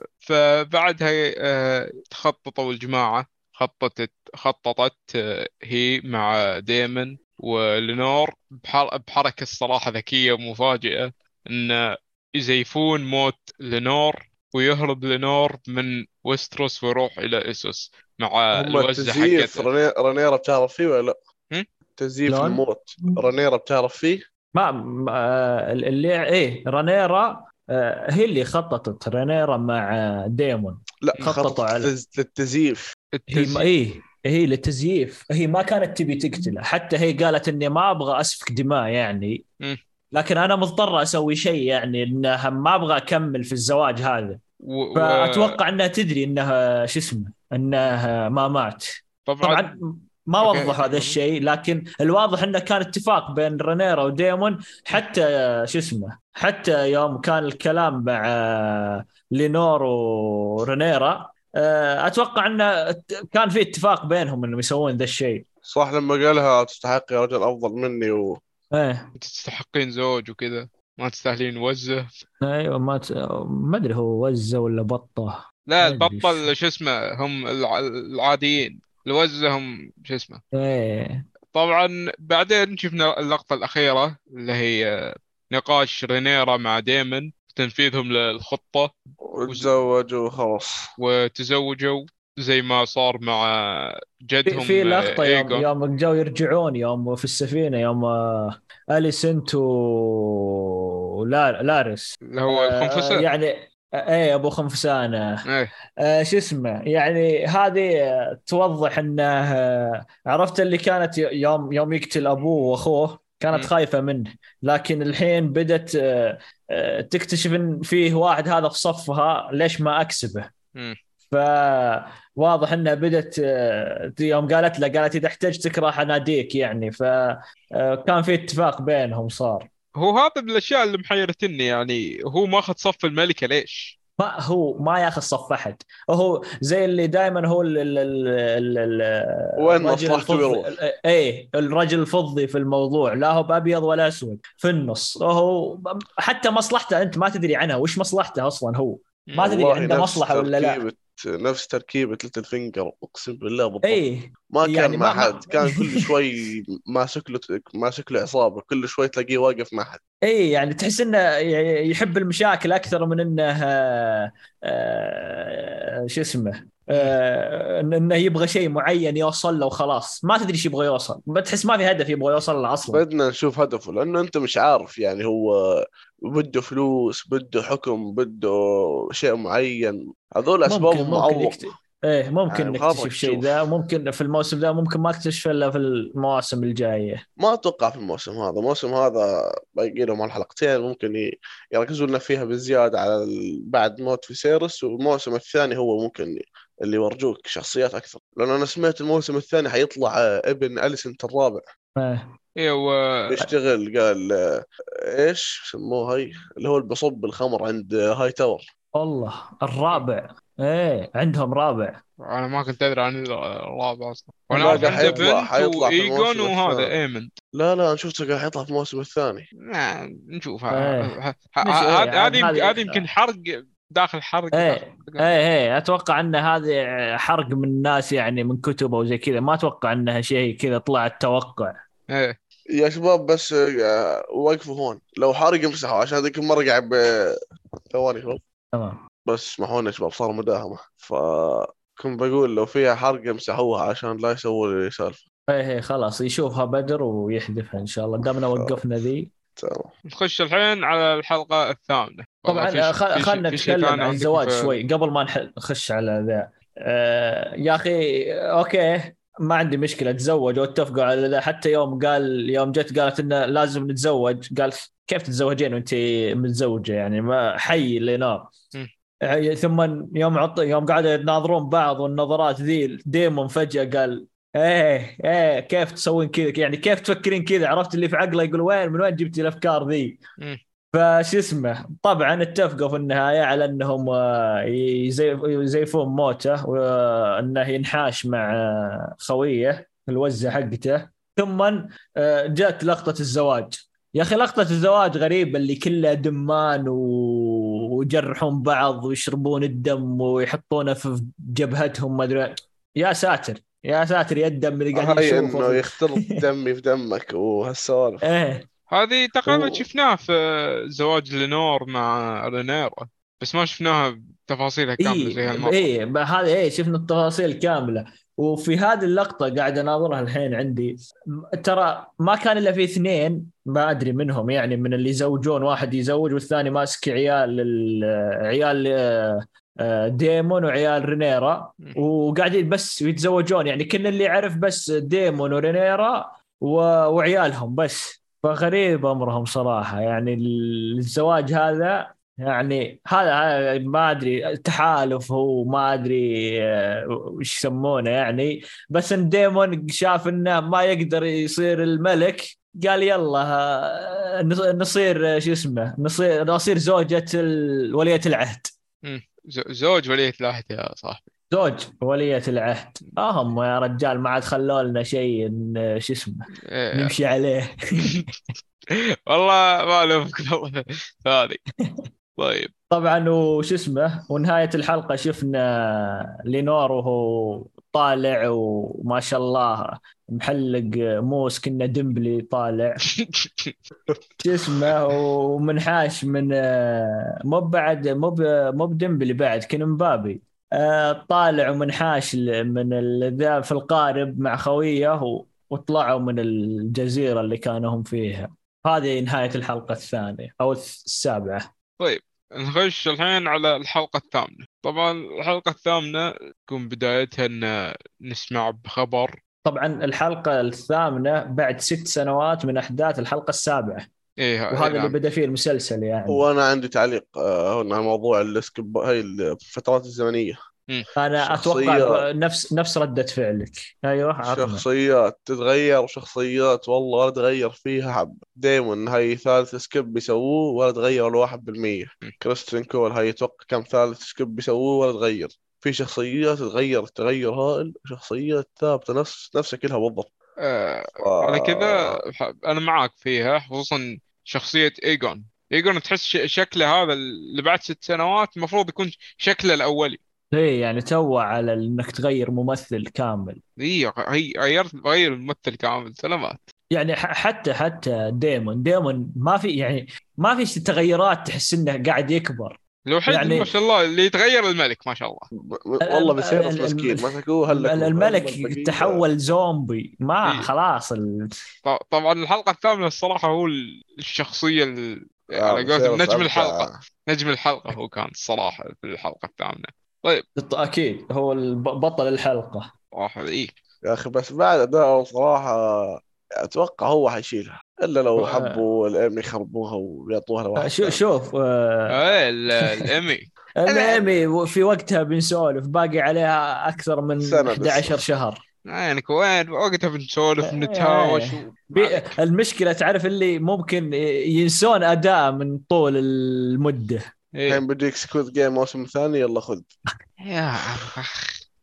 فبعدها آه، تخططوا الجماعة، خططت خططت آه، هي مع ديمن ولينور بحر... بحركة الصراحة ذكية ومفاجئة، ان يزيفون موت لينور، ويهرب لينور من ويستروس ويروح إلى إيسوس مع هم الوزة التزييف حقته. رني- رنيرة بتعرف فيه ولا لا؟ هم؟ تزييف شلون؟ الموت رنيرة بتعرف فيه؟ ما ما- آه، اللي ايه رانيرا، آه، هي اللي خططت رانيرا مع آه، ديمون. لا، خططوا خطط على. للتز- للتزييف. هي ما التزييف. ايه هي للتزييف، هي ما كانت تبي تقتله، حتى هي قالت اني ما ابغى اسفك دماء يعني، لكن انا مضطر اسوي شيء يعني انها ما ابغى اكمل في الزواج هذا. و... و... فاتوقع انها تدري انها شو اسمه انها ما مات. طبعا. طبعا ما اوكي وضحوا هذا كمل. الشيء، لكن الواضح انه كان اتفاق بين رينيرا وديمون. حتى شو اسمه حتى يوم كان الكلام مع لينور ورينيرا، اتوقع انه كان في اتفاق بينهم انهم يسوون ذا الشيء. صح، لما قالها تستحق يا رجل أفضل مني و... ايه انت تستحقين زوج وكذا، ما تستاهلين وزة. ايوه ما ت... ما ادري هو وزه ولا بطه. لا ما ادري شو. البطل شو اسمه، هم الع... العاديين. الوزة هم شو اسمه. ايه طبعا بعدين شفنا اللقطة الأخيرة اللي هي نقاش رينيرا مع ديمن، تنفيذهم للخطة، وز... وتزوجوا خلاص. وتزوجوا زي ما صار مع في في جدهم لقطة يوم ايجون. يوم جو يرجعون يوم في السفينة، يوم آه، أليسنت ولارس. اللي هو آه، الخنفسة. يعني آه، ايه ابو خنفسانة. ايه. آه، شو اسمه يعني هذه آه، توضح انه آه، عرفت اللي كانت يوم يوم يقتل ابوه واخوه كانت مم. خايفة منه، لكن الحين بدت آه، آه، تكتشف ان فيه واحد هذا في صفها، ليش ما اكسبه. مم. فواضح انها بدت آه، يوم قالت له قالت اذا احتجتك راح اناديك يعني، فكان في اتفاق بينهم صار. هو هذا من الاشياء اللي محيرتني، يعني هو ماخذ صف الملكة ليش؟ ما هو ما ياخذ صف احد، هو زي اللي دائما هو ال ال ال ال ال وين الرجل مصلحته الفضي. يروح؟ ايه الرجل الفضي في الموضوع، لا هو بابيض ولا اسود في النص. هو حتى مصلحته انت ما تدري عنها، وش مصلحته اصلا هو ما تدري والله عنده نفس مصلحة ولا لا. تركيبة نفس تركيبة ليتل فينجر، أقسم بالله بالضبط. ايه ما كان يعني مع ما, حد، ما كان كل شوي ماسك له ماسك له عصابة، كل شوي تلاقيه واقف مع حد. اي يعني تحس انه يحب المشاكل اكثر من انه آه، آه، شو اسمه مم. آه، انه يبغى شيء معين يوصل له وخلاص، ما تدري ايش يبغى يوصل، بتحس ما في هدف يبغى يوصل له اصلا. بدنا نشوف هدفه، لأنه أنت مش عارف يعني هو بده فلوس، بده حكم، بده شيء معين، هذول ممكن أسبابهم ممكن معوق. يكت... ايه ممكن يعني الغرض نكتشف شيء ذا، تشوف. ممكن في الموسم ذا، ممكن ما اكتشف الا في المواسم الجايه. ما أتوقع في الموسم هذا، الموسم هذا باقي لهم على الحلقتين، ممكن ي- يركزوا لنا فيها بزيادة على ال... بعد موت في سيرس، والموسم الثاني هو ممكن اللي يورجوك شخصيات أكثر، لأنه أنا سمعت الموسم الثاني حيطلع آه، ابن أليسنت الرابع ايه ايوه. بيشتغل. قال آه، إيش سموه هاي اللي هو اللي بصب الخمر عند آه، هاي تاور. والله الرابع. ايه عندهم رابع. انا ما كنت ادري عن الرابع اصلا، وانا لا، اعرف قال لا عنده حيطلع بنت حيطلع في وايجون الموسم وهذا الثاني. ايمن. لا لا، أنا شفته قال حيطلع في الموسم الثاني. نعم نشوف. ه- ايه ه- ه- مش ايه هذه عاد هذه يمكن- هذه. هذه يمكن حرق داخل حرق ايه داخل حرق. ايه ايه اتوقع ان هذه حرق من الناس يعني من كتب او زي كذا، ما اتوقع انها شيء كذا طلع توقع. ايه يا شباب بس آه، وقفوا هون، لو حارق امسحوا عشان ذيك المرة قاعد ب ثواني شباب، تمام. بس اسمحوا لنا يا شباب صار مداهمة، فكنت بقول لو فيها حرق امسحوها عشان لا يسووا لي سالفة. ايه ايه خلاص يشوفها بدر ويحذفها ان شاء الله دامنا وقفنا ذي. تمام. نخش الحين على الحلقة الثامنة. والله في طبعا ش... خ- في ش... خلنا في شيء نتكلم ثاني عن عندكم الزواج في شوي قبل ما نح- نخش على ذا. آه يا اخي اوكي ما عندي مشكله تزوجوا واتفقوا على ذا، حتى يوم قال يوم جت قالت انه لازم نتزوج، قال كيف تتزوجين وانت متزوجه يعني ما حي لينار. م. يعني ثم يوم عط يوم قاعد يناظرون بعض والنظرات ذي ديمون فجاه قال ايه ايه كيف تسوين كذا، يعني كيف تفكرين كذا، عرفت اللي في عقله يقول وين من وين جبتي الافكار ذي. م. فش اسمه طبعا اتفقوا في النهاية على انهم آه، يزيف- يزيفون موته وانه ينحاش مع آه، خويه الوزة حقته. ثم آه، جت لقطة الزواج. يا اخي لقطة الزواج غريبة اللي كلها دمان و- ويجرحون بعض ويشربون الدم ويحطونه في جبهتهم ما ادري. يا ساتر يا ساتر يا الدم اللي قاعدين هاي نشوفه انه في... يختلط دمي في دمك وهالسوالف. ايه هذه تقريبا و... شفناها في زواج لينور مع رينيرا، بس ما شفناها بتفاصيلها كاملة اي زي هالمرة. اي ب- هذا اي شفنا التفاصيل كامله. وفي هذه اللقطه قاعد اناظرها الحين عندي، م- ترى ما كان الا في اثنين ما ادري منهم يعني من اللي يزوجون، واحد يزوج والثاني ماسك عيال ال- عيال آه، آه، ديمون وعيال رينيرا م. وقاعدين بس يتزوجون، يعني كل اللي يعرف بس ديمون ورينيرا و- وعيالهم بس. فغريب امرهم صراحه، يعني الزواج هذا يعني هذا هذا ما ادري تحالف هو ما ادري آه، وش يسمونه يعني. بس ان ديمون شاف انه ما يقدر يصير الملك قال يلا آه، نص- نصير آه، شو اسمه نصير نصير زوجة ال- ولية العهد. م. ز- زوج ولية العهد يا صاحبي. زوج ولية العهد اهم يا رجال، ما عاد خلوا لنا شيء إن- شو اسمه إيه. نمشي عليه. والله ما لومك والله هذه. طيب طبعا وش اسمه ونهاية الحلقة شفنا لينور وهو طالع وما شاء الله محلق موس كنا ديمبلي طالع شو اسمه ومنحاش من مو بعد مو ب- مو بديمبلي بعد كان مبابي آه، طالع ومنحاش من ال- ذا في القارب مع خويه و- وطلعوا من الجزيرة اللي كانوا هم فيها. هذه نهاية الحلقة الثانية أو السابعة. طيب نخش الحين على الحلقة الثامنة. طبعا الحلقة الثامنة تكون بدايتها أن نسمع بخبر. طبعا الحلقة الثامنة بعد ست سنوات من أحداث الحلقة السابعة، إيه وهذا اللي نعم. بدأ فيه المسلسل يعني. وانا عندي تعليق آه، هنا على موضوع السكب هاي الفترات الزمنية. مم. أنا أتوقع شخصيات نفس نفس ردة فعلك. أيوه عطنا. شخصيات تتغير وشخصيات والله ولا تغير فيها حب. دايما هاي ثالث سكيب بيسووه ولا تغير الواحد بالمية. مم. كريستين كول هاي يتوقع كم ثالث سكيب بيسووه ولا تغير. في شخصيات تتغير تغير هائل، شخصيات ثابتة نفس نفسها كلها بالضبط. آه ف... على كذا ح- أنا معاك فيها، خصوصا شخصية إيجون. إيجون تحس ش- شكله هذا اللي بعد ست سنوات المفروض يكون شكله الأولي. إيه يعني توه على إنك تغير ممثل كامل. هي هي غيرت غير الممثل كامل. سلامات. يعني ح- حتى حتى ديمون ديمون ما في يعني ما في تغيرات، تحس إنه قاعد يكبر لو حد ما يعني. شاء الله اللي يتغير الملك ما شاء الله. والله بسيرس ال- مسكين ال- ما تكوه هلا ال- الملك تحول زومبي ما إيه. خلاص ال... ط- طبعا الحلقة الثامنة الصراحة هو ال- الشخصية ال- على قولتهم بسيرس نجم أبدع. الحلقة. نجم الحلقة هو كان الصراحة في الحلقة الثامنة. طيب اكيد هو الب- بطل الحلقه. صراحة إيه. يا أخي بس بعد أداءه صراحة أتوقع هو حيشيلها، إلا لو حبوا الأم يخربوها ويعطوها لواحد شو ثاني. شوف آه، إيه ال- الإيمي. الامي في وقتها بنسولف باقي عليها اكثر من سنة أحد عشر بس. شهر. يعني وين وقتها بنسولف نتهاوش إيه. و- بي- عليك. المشكله تعرف اللي ممكن ينسون اداء من طول المده. إيه. الحين بديك سكوت جيم موسم ثاني يلا خذ. يا أخ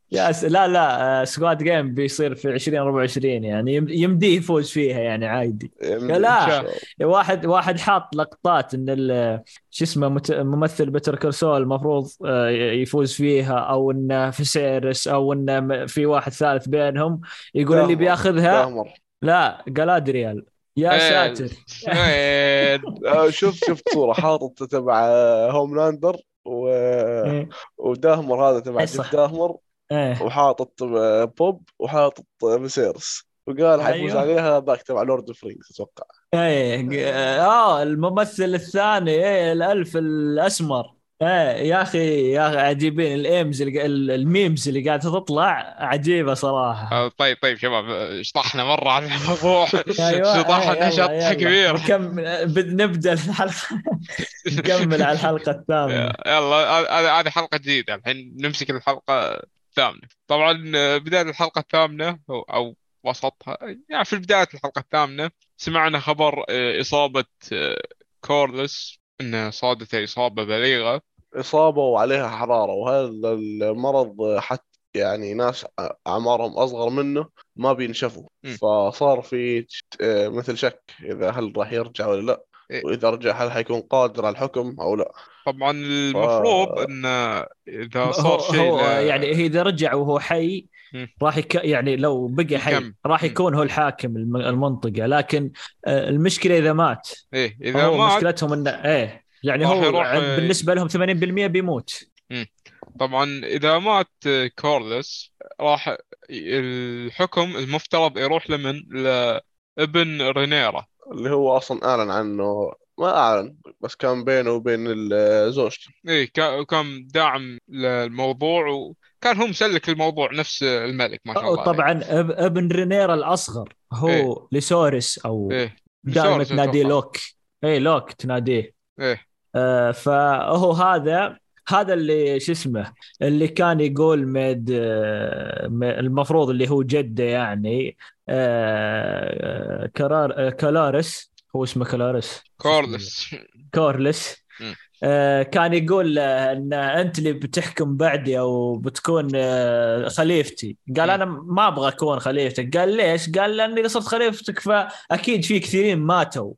يا س... لا لا سكواد جيم بيصير في عشرين أربعة وعشرين يعني يم- يمديه يفوز فيها يعني عادي. يا يمدي ان لا، شاء الله. واحد واحد حاط لقطات ان ال... شو اسمه مت... ممثل بيتر كورسول المفروض آه، يفوز فيها، او انه في سيرس، او انه م- في واحد ثالث بينهم يقول اللي داهمر بياخذها. داهمر. لا جلادريال. يا ايه ساتر. وين؟ آه، شفت شفت صورة حاطط تبع هوملاندر و... ايه وداهمر هذا تبع إيه جيف صح. داهمر، ايه وحاطط آه، بوب، وحاطط آه، فيسيرس، وقال حيفوز ايوه. عليها ذاك تبع لورد اوف رينجز اتوقع. ايه اه الممثل الثاني ايه الالف الاسمر. ايه يا اخي يا اخي عجيبين الايمز اللي الميمز اللي قاعده تطلع عجيبه صراحه. آه، طيب طيب شباب، آه، شطحنا مرة على الموضوع. ايوه ايه شطحنا يلا شطحة يلا كبيرة. نكمل بد- نبدا الحلقه. نكمل على الحلقه الثامنه. يلا، هذه هذه حلقة جديدة، الحين نمسك الحلقة الثامنة. طبعا آه، بداية الحلقة الثامنة أو أو وسطها، يعني في بداية الحلقة الثامنة سمعنا خبر آه، إصابة آه، كورلس، إنه صادته إصابة بليغة. إصابة وعليها حرارة، وهذا المرض حتى يعني ناس أعمارهم أصغر منه ما بينشفوا، م. فصار في آه، مثل شك إذا هل راح يرجع ولا لا، إيه، وإذا رجع هل حيكون قادر على الحكم أو لا. طبعا ف المفروض إن إذا صار هو شيء ل هو يعني اذا رجع وهو حي م. راح يك... يعني لو بقى حي يكمل. راح م. يكون هو الحاكم الم- المنطقه، لكن آه، المشكله اذا مات. إيه، إذا هو مات مشكلتهم انه ايه يعني راح هو يروح. عند بالنسبه لهم ثمانين بالمئة بيموت. مم. طبعا إذا مات كارلوس راح الحكم المفترض يروح لمن لابن رينيرا. اللي هو أصلا أعلن عنه، ما أعلن بس كان بينه وبين ال- زوجته. إيه، كا- كان داعم للموضوع، وكان هو مسلك الموضوع نفس الملك ما شاء الله عليه. طبعا اب- ابن رينيرا الاصغر إيه هو لسوريس، او إيه دائما لسورس تناديه أتوقع. لوك. اي لوك تناديه. إيه آه فهو هذا هذا اللي شو اسمه اللي كان يقول ميد آه م- المفروض اللي هو جده يعني آه آه، كرار آه كلارس. هو اسمه كلارس شو اسمه؟ كارلوس. كورلس. مم. آه، كان يقول آه، ان انت اللي بتحكم بعدي او بتكون آه، خليفتي. قال مم. انا ما ابغى اكون خليفتك. قال ليش؟ قال لاني اذا صرت خليفتك فاكيد في كثيرين ماتوا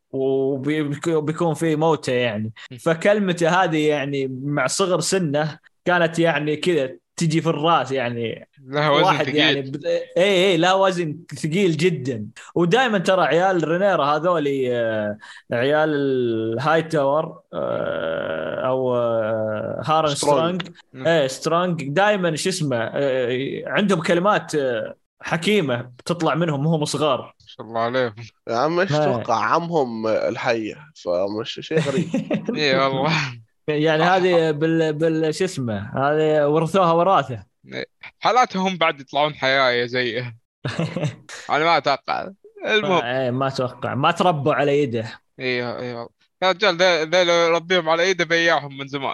وبيكون في موتة يعني. مم. فكلمته هذه يعني مع صغر سنه كانت يعني كذا تجي في الراس يعني. لها وزن واحد يعني ثقيل. ب... اي اي لا وزن ثقيل جدا. ودائما ترى عيال رينيرا هذولي آه، عيال الهاي تاور آه، او آه، هارن سترونج. سترونج. مم. ايه سترونج دائما شو اسمه آه، عندهم كلمات آه، حكيمة بتطلع منهم وهم صغار. ما شاء الله عليهم. يا عم ايش ما- تتوقع عمهم الحية، فمش شيء غريب. إيه والله. يعني هذه بال بال شو اسمه هذه ورثوها وراثة. إيه. حالاتهم بعد يطلعون حياة زيه. أنا ما أتوقع. المهم. ما إيه، ما اتوقع ما تربوا على يده. ايوه ايوه يا رجال، ذا ذا لو ربيهم على ايده بياهم من زمان.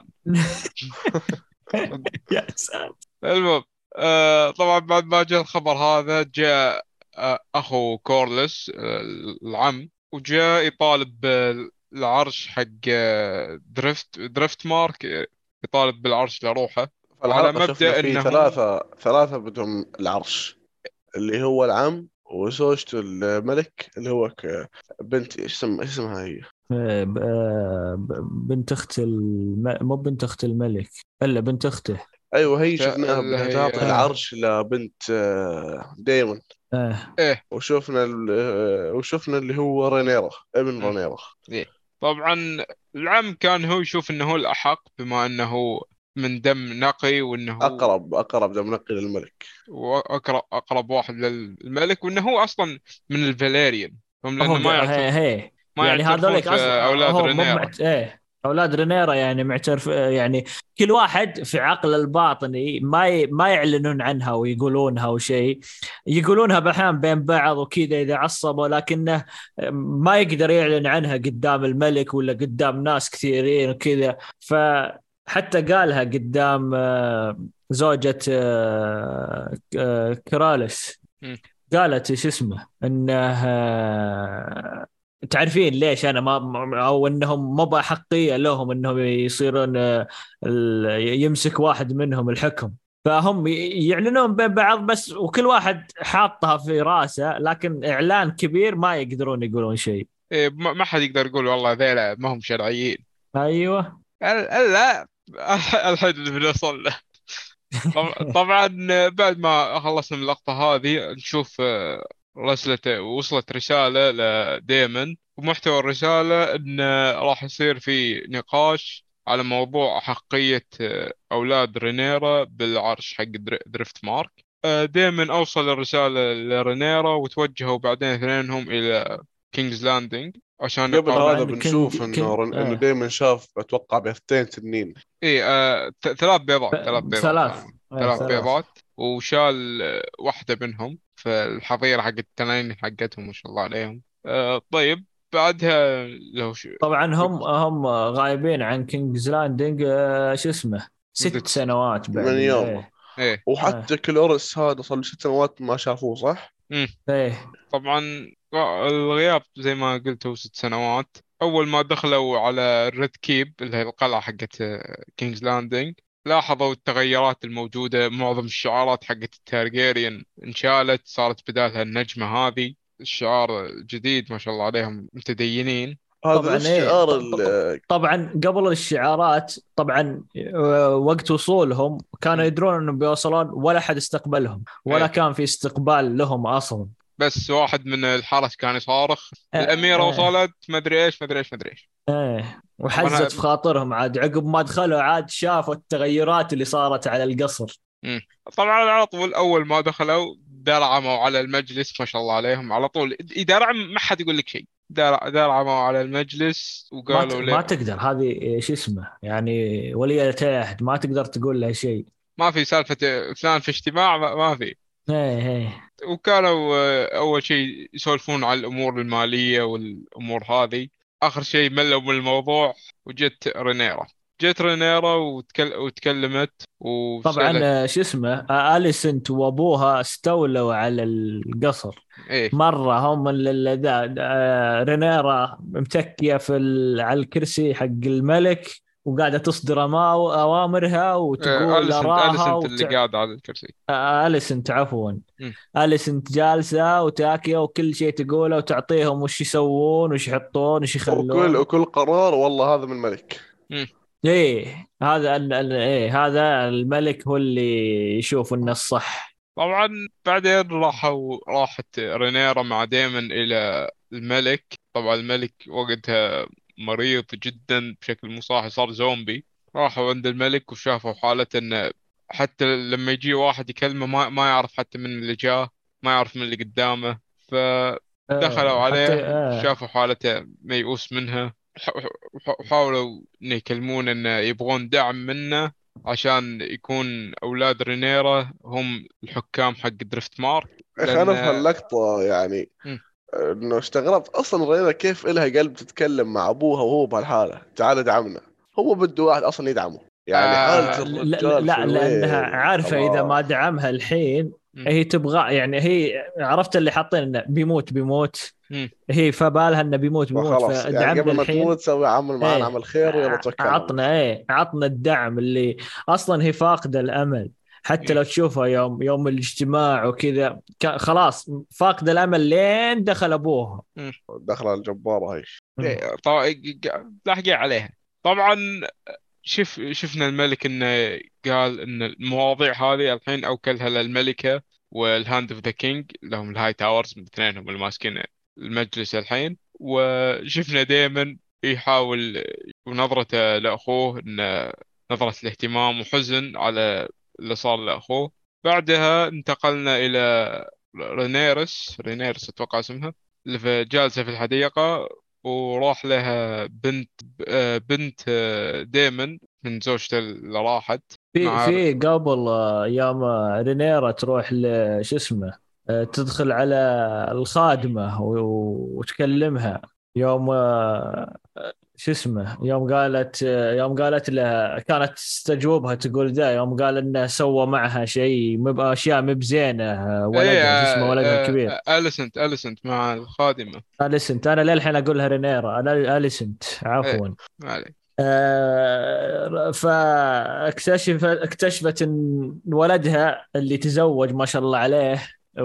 يا ساتر. المهم، آه طبعا بعد ما جاء الخبر هذا جاء آه اخو كورلس آه العم، وجاء يطالب بالعرش حق آه دريفت دريفت مارك، آه، يطالب بالعرش لروحه، وعلى فالحلقة شفنا مبدأ في انه ثلاثة ثلاثة بدهم العرش، اللي هو العم وزوجته الملك اللي هو ك- بنت ايش اسم ايش اسمها هي. آه، ب- آه، ب- بنت اخت الم... مو بنت اخت الملك الا بنت اخته. ايوه هي شفناها اللي بدها هي تعطي آه. العرش لبنت آه، دايمون. آه. ايه. وشفنا ال- آه، وشفنا اللي هو رينيرا ابن مم. رينيرا. إيه. طبعا العم كان هو يشوف انه هو الاحق، بما انه من دم نقي، وانه اقرب اقرب دم نقي للملك. واقرب اقرب واحد للملك، وانه هو اصلا من الفاليريان، هم هو لانه ق- ما هي يعترف هي ما يعني يعترفون هذولك في اصلا اولاد هو مو رينيرا. معت... ايه اولاد رينيرا يعني معترف يعني كل واحد في عقل الباطني ما ي... ما يعلنون عنها ويقولونها وشيء. يقولونها باحيان بين بعض وكذا اذا عصبوا، لكنه ما يقدر يعلن عنها قدام الملك ولا قدام ناس كثيرين وكذا. فحتى قالها قدام آه، زوجة آه، آه، كرالس. مم. قالت ايش اسمه انه آه، تعرفين ليش انا ما ما- او انهم مو بأحقية لهم انهم يصيرون آه، ال- يمسك واحد منهم الحكم. فهم يعلنون بين بعض بس، وكل واحد حاطها في راسه، لكن إعلان كبير ما يقدرون يقولون شيء. إيه، ما ما حد يقدر يقول والله ذيلا ما هم شرعيين. أيوة. ال- لا. الحين اللي بنوصل له. طب- طبعا بعد ما خلصنا من اللقطة هذه نشوف آه، رسلت وصلت رسالة لديمن، ومحتوى الرسالة انه راح يصير في نقاش على موضوع أحقية آه، أولاد رينيرا بالعرش حق در- دريفت مارك. آه، ديمن أوصل الرسالة لرينيرا وتوجهوا بعدين اثنينهم إلى كينجز لاندنج عشان قبل يقابلوا. هذا طبعا كينج بنشوف انه كينج رن... انه آه. دائما شاف اتوقع بيضتين تنين. ايه آه ث- ثلاث بيضات ثلاث بيضات ثلاث. كانوا. آه ثلاث ثلاث. بيضات وشال آه، واحدة منهم في الحظيرة حق التنانين حقتهم ما شاء الله عليهم. آه طيب بعدها لو ش... طبعا هم هم غايبين عن كينجز لاندنج آه شو اسمه مدة ست سنوات بعد من ال- يومه. ايه. ايه. آه. وحتى كلوريس هذا صار له ست سنوات ما شافوه صح؟ مم. ايه. طبعا غ- الغياب زي ما قلت هو ست سنوات. أول ما دخلوا على الريد كيب اللي هي القلعة حقت كينجز لاندنج لاحظوا التغيرات الموجودة. معظم الشعارات حقت التارجيريان انشالت، صارت بدالها النجمة هذه. الشعار جديد ما شاء الله عليهم متدينين. هذا طبعا نفس ايه ط- شعار ط- ال- طبعا قبل الشعارات طبعا آه، وقت وصولهم كانوا مم. يدرون انهم بيوصلون، ولا حد استقبلهم، ولا ايه، كان في استقبال لهم اصلا. بس واحد من الحرس كان يصارخ آه، الأميرة آه، وصلت مدري ايش مدري ايش مدري ايش. ايه. طبعا وحزت في ه- خاطرهم عاد عقب ما دخلوا، عاد شافوا التغيرات اللي صارت على القصر. مم. طبعا على طول اول ما دخلوا درعموا على المجلس ما شاء الله عليهم على طول. يدرعم ما حد يقول لك شيء. در- درعموا على المجلس ما ت... وقالوا ما له تقدر، هذه شو اسمه يعني ولية عهد، ما تقدر تقول له شيء. ما في سالفة فلان في اجتماع، ما ما في. ايه ايه. وكانوا آه، اول شيء يسولفون على الامور المالية والامور هذه. اخر شيء ملوا من الموضوع وجت رينيرا. جت رينيرا وتكل... وتكلمت طبعا وسألت. آه، شو اسمه آه، أليسنت وابوها استولوا على القصر. ايه. مرة هم ال- ال- ذا آه، رينيرا متكية في ال... على الكرسي حق الملك، وقاعدة تصدر أما- أوامرها آه، وتقول أليسنت أراها أليسنت اللي وت... قاعد على الكرسي. آه، أليسنت عفوا. مم. أليسنت جالسة وتاكية وكل شيء تقوله، وتعطيهم وش يسوون وش يحطون وش وكل يخلون. وكل قرار والله هذا من الملك. مم. ايه هذا ال... ال- ايه هذا الملك هو اللي يشوف انه الصح. طبعا بعدين راحوا راحت رينيرا مع ديمن إلى الملك. طبعا الملك وقتها مريض جدا بشكل مو صحي، صار زومبي. راحوا عند الملك وشافوا حالة انه حتى لما يجي واحد يكلمه ما, ما يعرف حتى من اللي جاه، ما يعرف من اللي قدامه. فدخلوا آه حتى عليه آه شافوا حالته ميؤوس منها. ح- ح- وحاولوا إن يكلمون انه يبغون دعم منه عشان يكون أولاد رينيرا هم الحكام حق دريفت مارك. يا اخي انا لأن في هاللقطة يعني مم. انه استغربت اصلا رينا كيف إلها قلب تتكلم مع ابوها وهو بهالحالة تعال ادعمنا. هو بده واحد اصلا يدعمه يعني حالة آه لا, لا, الرجال في لا لانها الوين عارفه اذا ما خلاص. دعمها الحين مم. هي تبغى، يعني هي عرفت اللي حاطين انه بيموت بيموت، مم. هي فبالها انه بيموت بيموت، فخلاص يعني فدعمنا قبل ما الحين. تموت سوي عمل معانا ايه عمل خير ويلا توكل على الله. عطنا ايه عطنا الدعم اللي اصلا هي فاقده الامل. حتى مم. لو تشوفها يوم يوم الاجتماع وكذا كا- خلاص فاقده الامل لين دخل ابوها. مم. دخل الجبارة هاي. إيه، طبعا لاحقين عليها. طبعا شف شفنا الملك انه قال ان المواضيع هذه الحين اوكلها للملكة والهاند اوف ذا كينج اللي هم الهاي تاورز، من الاثنين هم اللي ماسكين المجلس الحين. وشفنا دائما يحاول ونظرته لاخوه انه نظرة الاهتمام وحزن على اللي صار لاخوه. بعدها انتقلنا الى رينيرس رينيرس اتوقع اسمها، اللي في- جالسة في الحديقة. وراح لها بنت آه، بنت آه، ديمن من زوجته اللي راحت في مع. في قبل آه، يوم آه، رينيرا تروح لش اسمه آه، تدخل على الخادمه و- وتكلمها يوم آه، شو اسمه يوم قالت يوم قالت له كانت تستجوبها تقول ذا يوم قال انه سوى معها شيء مب اشياء مب زينه ايه ولدها شو اسمه ولدها آه، الكبير. آه، أليسنت أليسنت مع الخادمة. اليسنت انا للحين اقولها رينيرا، انا اليسنت ايه عفوا. ما عليك. آه، فاكتشف اكتشفت ان ولدها اللي تزوج ما شاء الله عليه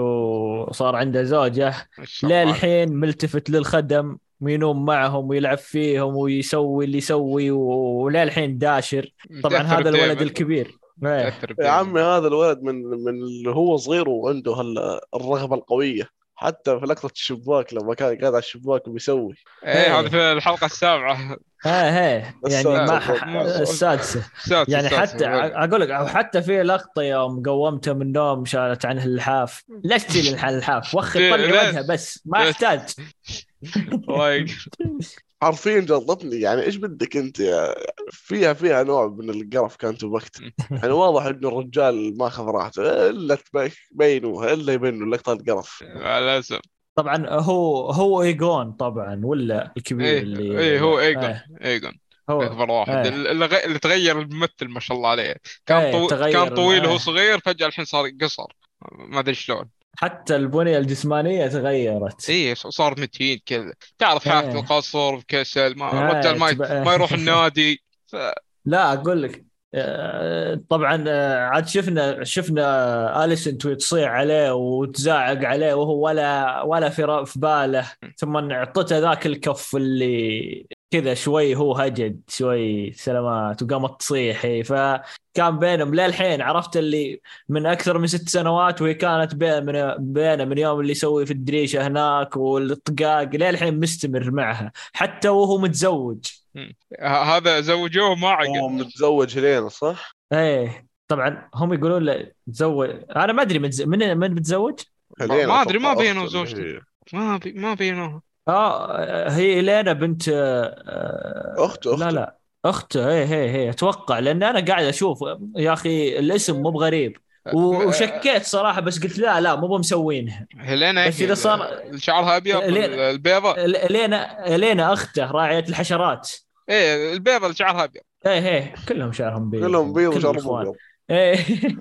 وصار عنده زوجة ما شاء الله عليك. للحين ملتفت للخدم وينوم معهم ويلعب فيهم ويسوي اللي يسوي وللحين داشر. طبعا متأثر هذا الولد بديمن، الكبير. إيه. متأثر يا عمي بديمن. هذا الولد من من اللي هو صغير وعنده هال- الرغبة القوية. حتى في لقطة الشباك لما كان قاعد على الشباك وبيسوي ايه هذا ايه في الحلقة السابعة. ايه ايه يعني السادسة ما لا ح... أتوقع. مو السادسة. السادسة، يعني السادسة حتى بقول. ع- اقول لك حتى في لقطة يوم قومته من النوم شالت عنه اللحاف. ليش تشيل الح- اللحاف؟ وخي ليه- طلع وجهه ليش بس ما ليش يحتاج. الله يقهر. حرفيا جلطتني. يعني ايش بدك انت يا- فيها فيها نوع من القرف كانت وقت. يعني واضح انه الرجال ما اخذ راحته الا تبينوها الا يبينوا لقطة القرف. مع الأسف. طبعا هو هو ايجون طبعا ولا الكبير ايه اللي ايه هو ايجون، ايه ايجون هو اكبر واحد ايه اللي, غ... اللي تغير الممثل ما شاء الله عليه. كان ايه طو... كان تغير طويل وهو ايه صغير، فجأة الحين صار قصر، ما ادري شلون. حتى البنية الجسمانية تغيرت. ايه صار متين كذا، تعرف حالة ايه القصر كسل، ما ايه الرجال ما ي... تب... ما يروح النادي ف... لا اقول لك آه، طبعا آه، عاد شفنا شفنا أليسن تصيح عليه وتزاعق عليه وهو ولا ولا في ر- في باله. ثم اعطته ذاك الكف اللي كذا شوي هو هجد شوي سلامات وقامت تصيح هي. فكان بينهم للحين عرفت اللي من اكثر من ست سنوات وهي كانت بين من بينه من يوم اللي يسوي في الدريشه هناك والطقاق للحين مستمر معها حتى وهو متزوج. مم. ه- هذا زوجوه ما هو عقد. متزوج هلينا صح؟ ايه طبعا هم يقولون له تزوج. انا ما ادري متز... من من متزوج. ما هلينا ما ادري، ما اتوقع بينه اخته اللي وزوجته، هي ما بي... ما بينوها. اه هي إلينا بنت آه... اخته لا اخته لا اخته. هي هي هي اتوقع لان انا قاعد اشوف يا اخي الاسم مو بغريب م- و- وشكيت صراحة بس قلت لا لا مو بمسوينها. هيلينا بس هي اذا ال- صار اللي شعرها ابيض، ال- إلينا البيضة. إلينا إلينا اخته راعية الحشرات. ايه البيضة اللي شعرها ابيض. ايه ايه كلهم شعرهم كلهم بيض بيض كل وشربوا الاخوان. بيض. ايه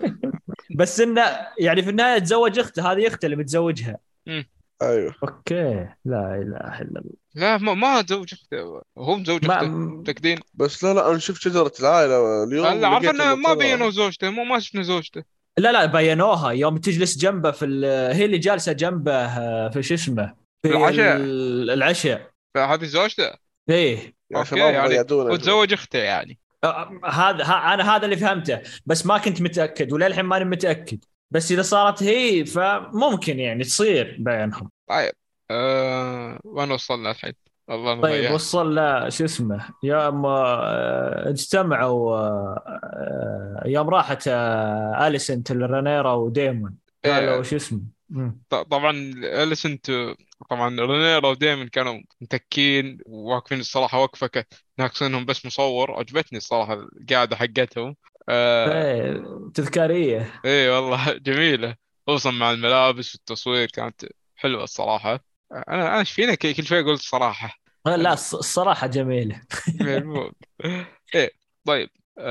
بس انه يعني في النهاية تزوج اخته. هذه اخته اللي متزوجها. مم. ايوه اوكي لا اله الا الله. لا ما ما زوج اخته، هو مزوج ما اخته. م- متأكدين؟ بس لا لا انا شفت شجرة العائلة لا اليوم عارف لقيت انه انه ما طلع. بينه زوجته، مو ما شفنا زوجته. لا لا بينوها يوم تجلس جنبه في ال- هي اللي جالسه جنبه آه، في شو اسمه في في العشاء، ال- العشاء. فهذه زوجته. ايه يا اوكي شباب يعني غيادونا هو يا شباب. تزوج اخته يعني. آه، هذا ها انا هذا اللي فهمته بس ما كنت متاكد وللحين ماني متاكد. بس اذا صارت هي فممكن يعني تصير بينهم. طيب أه... وين وصلنا الحين؟ الله ما طيب ضيع. وصل لا شو اسمه يوم آه، اجتمعوا آه، آه، يوم راحت آه، أليسنت الرينيرا وديمون قالوا إيه شو اسمه. مم. ط- طبعا اليسنت، طبعا رينيرا ودايما كانوا متكين واقفين الصراحة وقفة ك- ناقصينهم بس مصور. عجبتني الصراحة القعدة حقتهم. آه ايه تذكاريه. ايه والله جميلة، خصوصا مع الملابس والتصوير كانت حلوة الصراحة. انا انا ايش فينا ك- كل شوي قلت صراحة. آه، لا الص- الصراحه جميله. المهم. ايه طيب.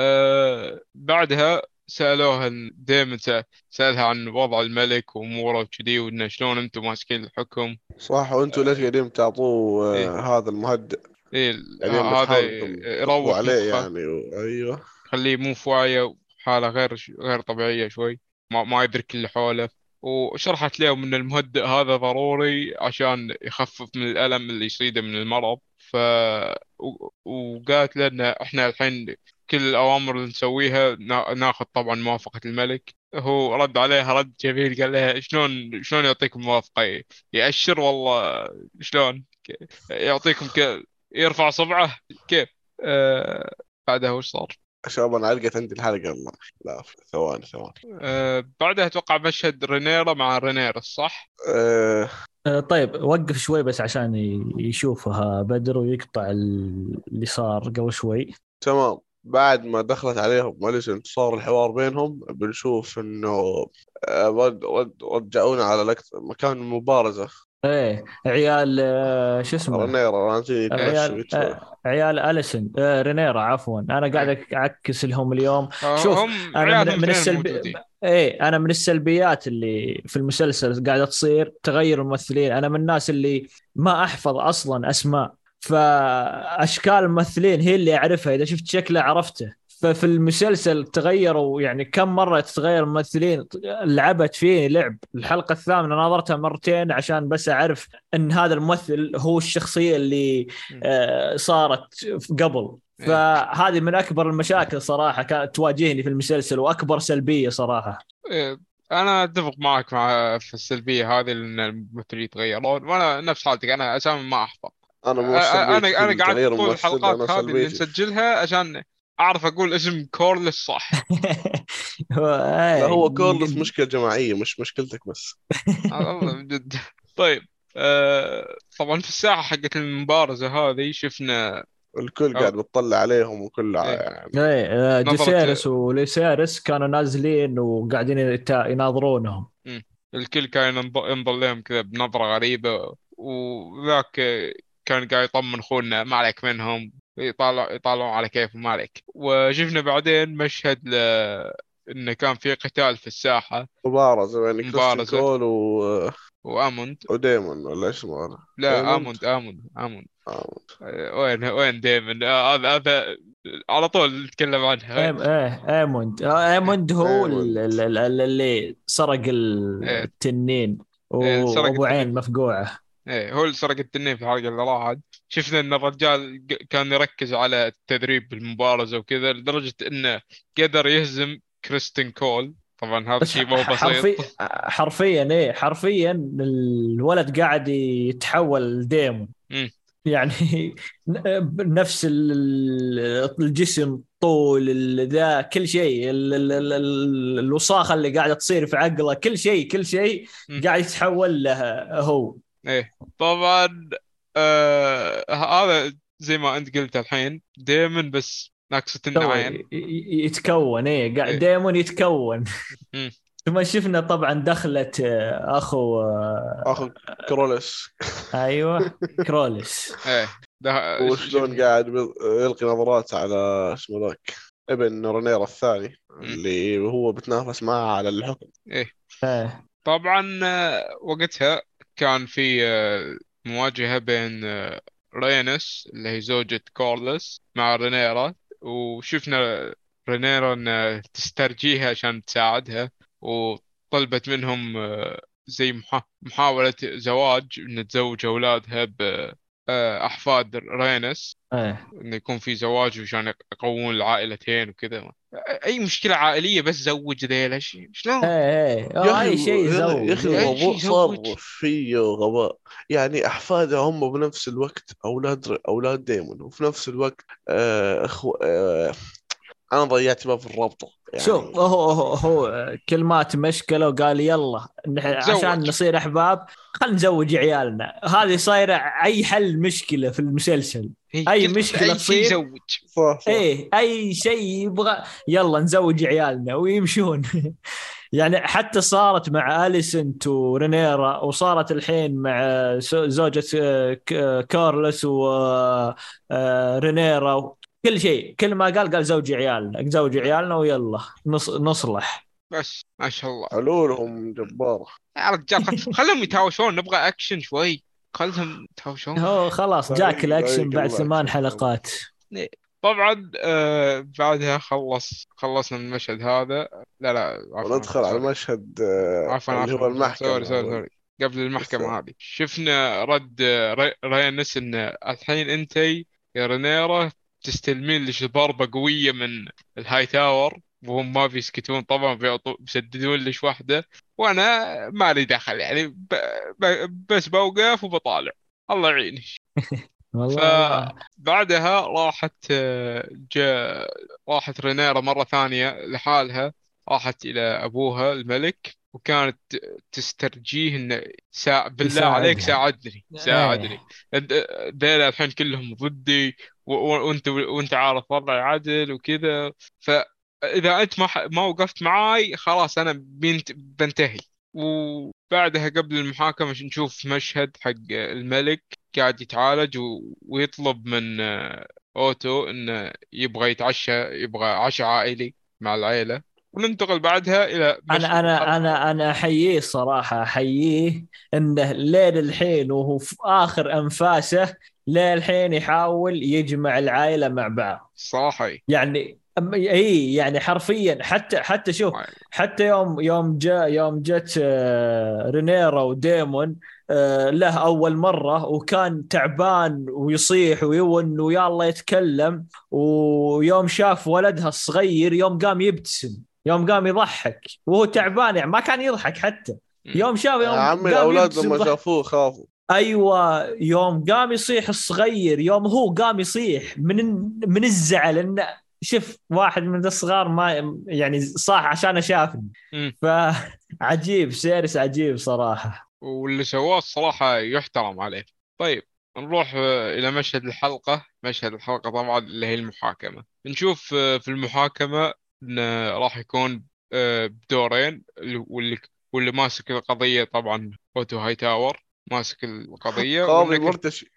آه بعدها سألوها دائما، سألها عن وضع الملك وأموره وكذي، وإنه شلون أنتم ماسكين الحكم. صح وانتم ليش قاعدين تعطوه إيه آه، هذا المهدئ؟ إيه يعني ه- يوم هذا بتحاولوا انكم تقضوا يروق عليه مخه، يعني و... ايوه. يخليه مو في وعيه، حالة غير غير طبيعية شوي، ما, ما يدرك اللي حوله. وشرحت لهم ان المهدئ هذا ضروري عشان يخفف من الألم اللي يصيده من المرض. ف و- وقالت لنا احنا الحين كل الأوامر اللي نسويها نا- ناخذ طبعا موافقة الملك. هو رد عليها رد جميل، قال لها شلون شلون يعطيكم موافقة؟ يأشر والله؟ شلون ك- يعطيكم ك... يرفع صبعه كيف؟ آه... بعدها وش صار؟ شباب انا علقت عندي الحلقة الله. لا ثواني ثواني. آه بعدها اتوقع مشهد رينيرا مع رينيرا صح؟ أه... آه، طيب وقف شوي بس عشان ي- يشوفها بدر ويقطع ال- اللي صار قبل شوي. تمام. بعد ما دخلت عليهم ماليزيا صار الحوار بينهم بنشوف انه آه، ود- ود- رجعونا على لقطة مكان المبارزة. ايه عيال آه، شو اسمه رنيرة نازلين يتمشوا عيال يتفرجوا. آه، عيال أليسن آه، رينيرا عفوا. انا قاعد إيه. أك- اعكس لهم اليوم. آه، شوف هم انا عيالهم من من اثنين السلبي موجودين. ايه انا من السلبيات اللي في المسلسل قاعده تصير تغير الممثلين. انا من الناس اللي ما احفظ اصلا اسماء. فاشكال الممثلين هي اللي اعرفها، اذا شفت شكله عرفته. ففي المسلسل تغيروا يعني كم مره تتغير الممثلين. لعبت فيه لعب الحلقه الثامنه ناظرتها مرتين عشان بس اعرف ان هذا الممثل هو الشخصيه اللي آه، صارت قبل. إيه. فهذه من اكبر المشاكل صراحه كانت تواجهني في المسلسل، واكبر سلبيه صراحه. إيه، انا اتفق معك مع في السلبيه هذه، لان الممثلين يتغيرون، وانا نفس حالتك، انا اسامي ما احفظ. انا أ- مو انا سلبيتي في انا قاعد التغيير طول الممثل، انا الحلقات هذه اللي سلبيتي في... نسجلها عشان اعرف اقول اسم كورلس صح. لا، هو هو- كورلس مشكلة جماعية مش مشكلتك بس. والله بجد. طيب، آه طبعا في الساحه حقت المبارزه هذه شفنا الكل أو قاعد بتطلع عليهم وكل إيه يعني. ايه آه، نظره. جيسيرس وليسيرس كانوا نازلين وقاعدين يتا- يناظرونهم. مم. الكل كان ينظ- ينظر لهم كذا بنظرة غريبة، وذاك كان قاعد يطمن اخونا ما عليك منهم، يطالع يطالعون على كيفهم ما عليك. وشفنا بعدين مشهد ل... انه كان في قتال في الساحة، مبارزة بين كريستين مبارزة، كول و... واموند. وديمون ولا ايش اسمه هذا؟ لا، ايموند. اموند اموند اموند. آموند. آه، وين وين دايما هذا هذا على طول نتكلم عنها. وين؟ ايه ايه ايموند آه، ايموند هو ال- ايموند. ال- ال- اللي سرق ايه التنين ايه، سرق وابو التنين. عين مفقوعه. ايه، هو اللي سرق التنين في الحلقة اللي راحت. شفنا ان الرجال ق- كان يركز على التدريب بالمبارزة وكذا، لدرجة انه قدر يهزم كريستين كول. طبعا هذا بس شيء مو بسيط. حرفيا حرفيا ايه حرفيا الولد قاعد يتحول لديمون مم. يعني. نفس ال- الجسم، طول ال- ذا كل شيء، ال- ال- ال- ال- الوصاخة اللي قاعدة تصير في عقله، كل شيء كل شيء مم. قاعد يتحول له هو. ايه طبعا. آه هذا زي ما انت قلت الحين دايما بس ناقصة تو النعاين. ي- ي- يتكون ايه قاعد ايه. دايما يتكون. مم. ثم شفنا طبعا دخلت آه، اخو اخو آه، كرولس. ايوه كرولس. ايه ده وشلون شفنا. قاعد بي- يلقي نظرات على اسمه ذاك ابن رينيرا الثاني مم. اللي هو بتنافس معه على الحكم. ايه ايه طبعا. آه، وقتها كان في آه، مواجهة بين آه، رينس اللي هي زوجة كورلس مع رينيرا. وشفنا رينيرا ان تسترجيها عشان تساعدها، وطلبت منهم آه، زي محا- محاولة زواج، ان تزوج اولادها بأحفاد رينس، ايه انه يكون في زواج عشان يقوون العائلتين وكذا. اي مشكلة عائلية بس زوج ذيلا شيء شلون؟ ايه ايه يا آه، اخي اي شيء يا يزوج اخي اي إيه. شيء الموضوع صار يزوج. فيه غباء. يعني احفاده هم بنفس الوقت اولاد اولاد ديمون، وفي نفس الوقت آه أخو آه انا ضيعت باب الرابطه شوف يعني. هو هو هو كلمات مشكلة وقال يلا نح- عشان تزوج. نصير أحباب خلينا نزوج عيالنا. هذه صايرة أي حل مشكلة في المسلسل، هي أي قلت مشكلة اي شيء تصير يزوج. صح صح. إيه أي شيء يبغى يلا نزوج عيالنا ويمشون. يعني حتى صارت مع أليسنت ورينيرا، وصارت الحين مع سو- زوجة آه، ك- آه، كارلوس ورينيرا. كل شيء كل ما قال قال زوجي عيالنا زوجي عيالنا ويلا نص نصلح. بس ما شاء الله حلولهم جباره. يا رجال، خل- خلهم يتهاوشون، نبغى اكشن شوي، خلهم يتهاوشون. هو خلاص جاك دقيقة الأكشن دقيقة بعد ثمان بالأكشن. حلقات. طبعا آه بعدها خلص خلصنا من المشهد هذا. لا لا، عفوا وندخل عفوا على سوري. مشهد آه عفوا اللي هو عفوا سوري المحكمة سوري وال- سوري. قبل المحكمة والسؤال. هذه شفنا رد آه، ري- ريانس ان الحين انتي يا رينيرا تستلمين لش ضربة قوية من الهاي تاور، وهم ما بيسكتون طبعا، بيعطوا بيسددون لش واحدة، وانا ما لي دخل يعني ب... ب... بس بوقف وبطالع. الله يعيني. والله فبعدها راحت آه، جاء راحت رينيرا مرة ثانية لحالها، راحت إلى أبوها الملك، وكانت تسترجيه إنه سا... بالله عليك يساعدها. ساعدني ساعدني. ايه ذيلا الحين كلهم ضدي، و... و... وانت وانت عارف وضعي عدل وكذا، فإذا انت ما ح... ما وقفت معاي خلاص انا بنت... بنتهي. وبعدها قبل المحاكمة نشوف مشهد حق الملك قاعد يتعالج و... ويطلب من آه، أوتو إنه يبغى يتعشى، يبغى عشاء عائلي مع العائلة. وننتقل بعدها إلى انا مشهد انا الحلقة. انا انا احييه صراحه، احييه انه لين الحين وهو في اخر انفاسه للحين يحاول يجمع العائله مع بعض. صراحة يعني أم- اي يعني حرفيا، حتى حتى شوف، حتى يوم يوم جاء يوم جت آه، رينيرا وديمون آه، له اول مره، وكان تعبان ويصيح ويون ويا الله يتكلم، ويوم شاف ولدها الصغير يوم قام يبتسم، يوم قام يضحك وهو تعبان، يعني ما كان يضحك حتى. يوم شاف يا يوم عمي قام الاولاد يبتسم لما ضحك. شافوه خافوا. ايوه يوم قام يصيح الصغير، يوم هو قام يصيح من من الزعل، انه شوف واحد من الصغار ما يعني صاح عشان شافني. مم. فعجيب سيرس، عجيب صراحة. واللي سواه الصراحة يحترم عليه. طيب نروح آه، إلى مشهد الحلقة. مشهد الحلقة طبعا اللي هي المحاكمة. نشوف آه، في المحاكمة إن راح يكون آه، بدورين، اللي- واللي واللي ماسك القضية طبعا أوتو هاي تاور ماسك القضية، قاضي وإنك مرتشي.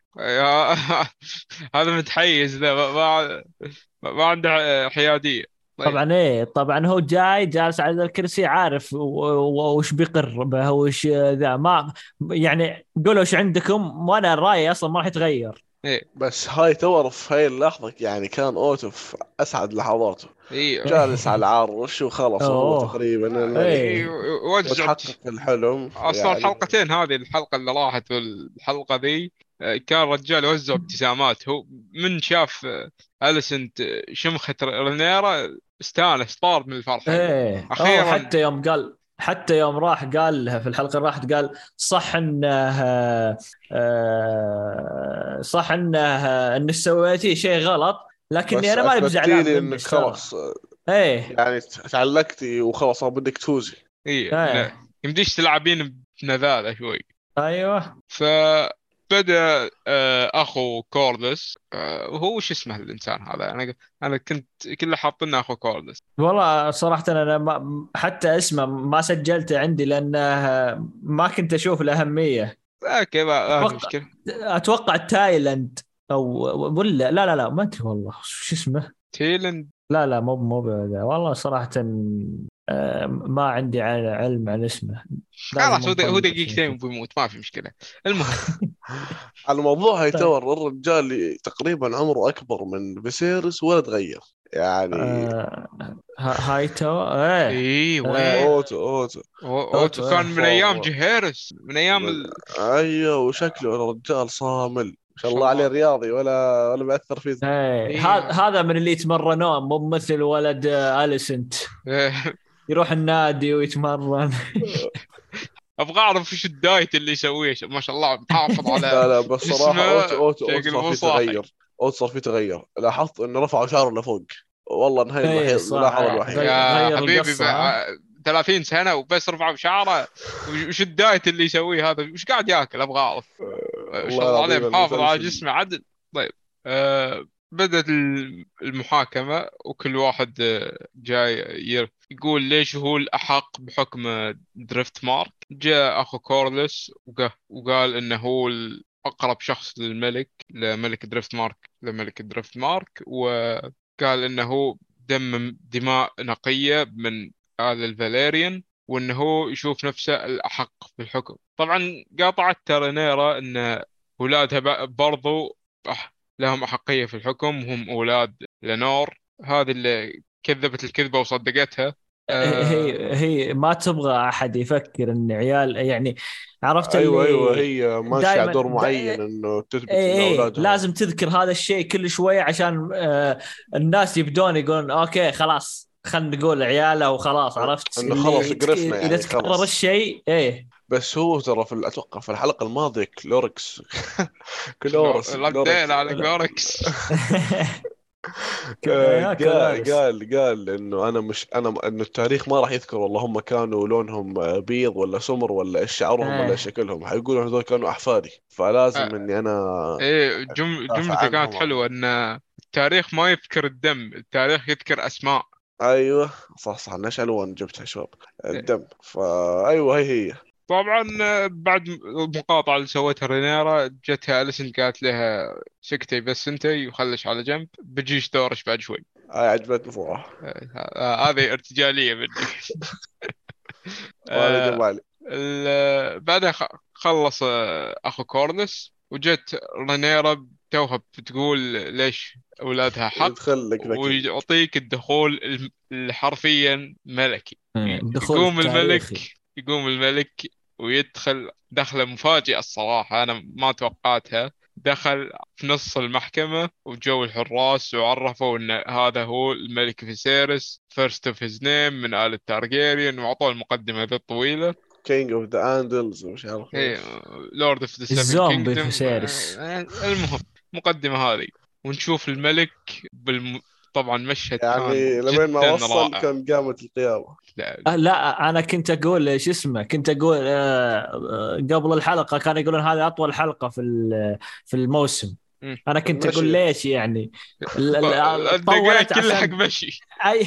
هذا متحيز ذا، ما ما ما عنده حيادية. طيب طبعا ايه، طبعا هو جاي جالس على الكرسي، عارف و- و- وش بيقر به وش ذا، ما يعني قولوا وش عندكم، وانا رايي اصلا ما راح يتغير. إيه بس هاي تور في هاي اللحظة يعني كان اوتو في اسعد لحظاته، إيه جالس على العرش وخلص وهو اوه تقريبا الملك إيه ايه وزع. وتحقق الحلم اصلا يعني. الحلقتين هذه، الحلقه اللي راحت والحلقه ذي، آه، كان رجال يوزع ابتسامات. هو من شاف آه، أليسنت آه، شمخة رينيرا استانس، طار من الفرحه يقول ايه اوه، اخيرا. حتى يوم قال، حتى يوم راح قال لها في الحلقه اللي راحت، قال صح انه آه، آه، صح انه آه، ان سويتي شيء غلط، لكني بس انا ماني اثبتي بزعلان لي منك انك ترى. خلاص ايه يعني تعلقتي وخلاص صار بدك تفوزي. اي إنه ايه يمديش تلعبين بنذاذه شوي. ايوه. فبدأ آه، اخو كوردس، آه، وهو وش اسمه الانسان هذا، انا انا كنت كله حاطين اخو كوردس. والله صراحه انا ما حتى اسمه ما سجلته عندي، لانه ما كنت اشوف الاهميه. اوكي ما ما في اتوقع مشكله. اتوقع تايلاند، او ولا لا لا لا ما ادري والله شو اسمه. تيلن. لا لا مو مو بهذا. والله صراحة آه، ما عندي عن- علم عن اسمه. لازم خلاص هو د- هو نطلع عشان دقيقتين نشوف. وبيموت، ما في مشكلة. المهم على موضوع هاي طيب تور، الرجال تقريبا عمره اكبر من فيسيرس ولا تغير يعني. آه ها- هايتو ايه ايه وين. آه اوتو اوتو أو- اوتو اوتو كان ايه من ايام مرة جهيرس، من ايام من... ال... ايوه وشكله الرجال صامل ما ما شاء شاء الله عليه، الله. رياضي ولا ولا بأثر فيه. ايه هذا ايه هذا من اللي يتمرنون، مو مثل ولد آه، اليسنت إيه. يروح النادي ويتمرن. ابغى اعرف وش الدايت اللي يسويه، ما شاء الله محافظ على لا لا بس جسمه صراحة اوتو اوتو اوتو شكل صار مو فيه صاحي. تغير. اوتو صار فيه تغير، لاحظت انه رفعوا شعره لفوق. والله انه هي ايه الوحيد صح، الملاحظة إيه. الوحيدة. غير يا غير حبيبي القصة ها. بقى ثلاثين سنة وبس رفع بشعره. وش وش الدايت اللي يسويه هذا، وش قاعد ياكل، ابغى اعرف. ما شاء والله الله عليه العظيم محافظ على المسلسل. جسمه عدل. طيب آه بدأت ال- المحاكمة، وكل واحد آه، جاي ير- يقول ليش هو الأحق بحكم آه، دريفت مارك. جاء أخو كورلس وقا- وقال إنه هو الأقرب شخص للملك، لملك دريفت مارك لملك دريفت مارك وقال إنه هو دم دماء نقية من آل الفاليريان، وإنه هو يشوف نفسه الأحق بالحكم. طبعا قاطعت ترينيرا إن أولادها ب- برضو أح لهم أحقية في الحكم، وهم أولاد لينور. هذه اللي كذبت الكذبة وصدقتها. آه هي هي ما تبغى احد يفكر ان عيال يعني، عرفت ايوه ايوه اللي هي ماشية على دائما دور دا معين انه تثبت ايه ان ايه اولادها. لازم تذكر هذا الشيء كل شويه، عشان آه الناس يبدون يقولون اوكي خلاص خلينا نقول عياله وخلاص، عرفت انه خلاص اللي يتك... قرفنا اذا يعني تكرر خلاص. الشيء ايه. بس هو ترى في اتوقع في الحلقة الماضية كلوركس كلو- كلورس كلوركس ردينا على جوركس. آه، يا قال كولارس. قال قال انه انا مش انا انه التاريخ ما راح يذكر والله هم كانوا لونهم آه، بيض ولا سمر ولا ايش شعرهم ولا إيش ايه شكلهم، حيقولوا هذول كانوا احفادي فلازم آه اني انا ايه جم... ادافع جملته كانت عنهم. حلوة، ان التاريخ ما يذكر الدم، التاريخ يذكر اسماء. ايوه صح صح، ليش الوان جبتها يا شباب الدم، فايوه هي هي. طبعا آه، بعد المقاطعة اللي سوتها رينيرا، جتها أليسن قالت لها سكتي بس انتي وخلش على جنب، بجيش دورش بعد شوي. هاي عجبتني صراحة. آه، آه، هذه ارتجالية منك. ولا آه، جمالي. ال- بعدها خ- خلص آه، اخو كورلس، وجت رينيرا توها بتقول ليش أولادها حق، يدخل لك ذكي. ويعطيك الدخول الم- الحرفيا ملكي. الدخول يقوم الملك التاريخي. يقوم الملك ويدخل دخلة مفاجئة الصراحة، أنا ما توقعتها. دخل في نص المحكمة وجو الحراس وعرفوا أن هذا هو الملك فيسيرس فيرست اوف هيز نيم من آل التارجيريان، وعطوه المقدمة ذي الطويلة. كينج اوف ذا اندلز ومش عارف هي ايش. لورد اوف ذا سيفن الزومبي في كينجدم. سيرس. المهم مقدمة هذه، ونشوف الملك بالم... طبعا مشهد كان يعني لمن ما جدا وصل رائع. كان قامت القيامة. لا أه لا، انا كنت اقول شو اسمه، كنت اقول آه، آه، قبل الحلقه كانوا يقولون هذه اطول حلقه في ال- في الموسم. مم. انا كنت اقول المشي. ليش يعني ال- ال- الدقائق طولت كلها حق عشان مشي. اي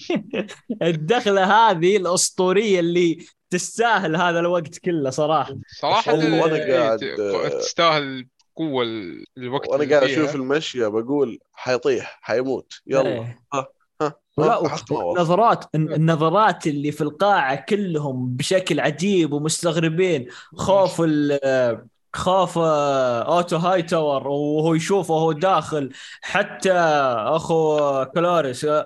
الدخله هذه الاسطوريه اللي تستاهل هذا الوقت كله صراحه. صراحة اصلا ال- وانا إيه، قاعد ت- تستاهل قوة الوقت وانا اللي قاعد اشوف فيها. المشي بقول حيطيح حيموت يلا. إيه. ها ها ها ولا لحظة ما وصل. والنظرات النظرات اللي في القاعة كلهم بشكل عجيب ومستغربين. خوف ال خوف آه، اوتو هاي تاور وهو يشوفه وهو داخل. حتى اخو كلاريس آه،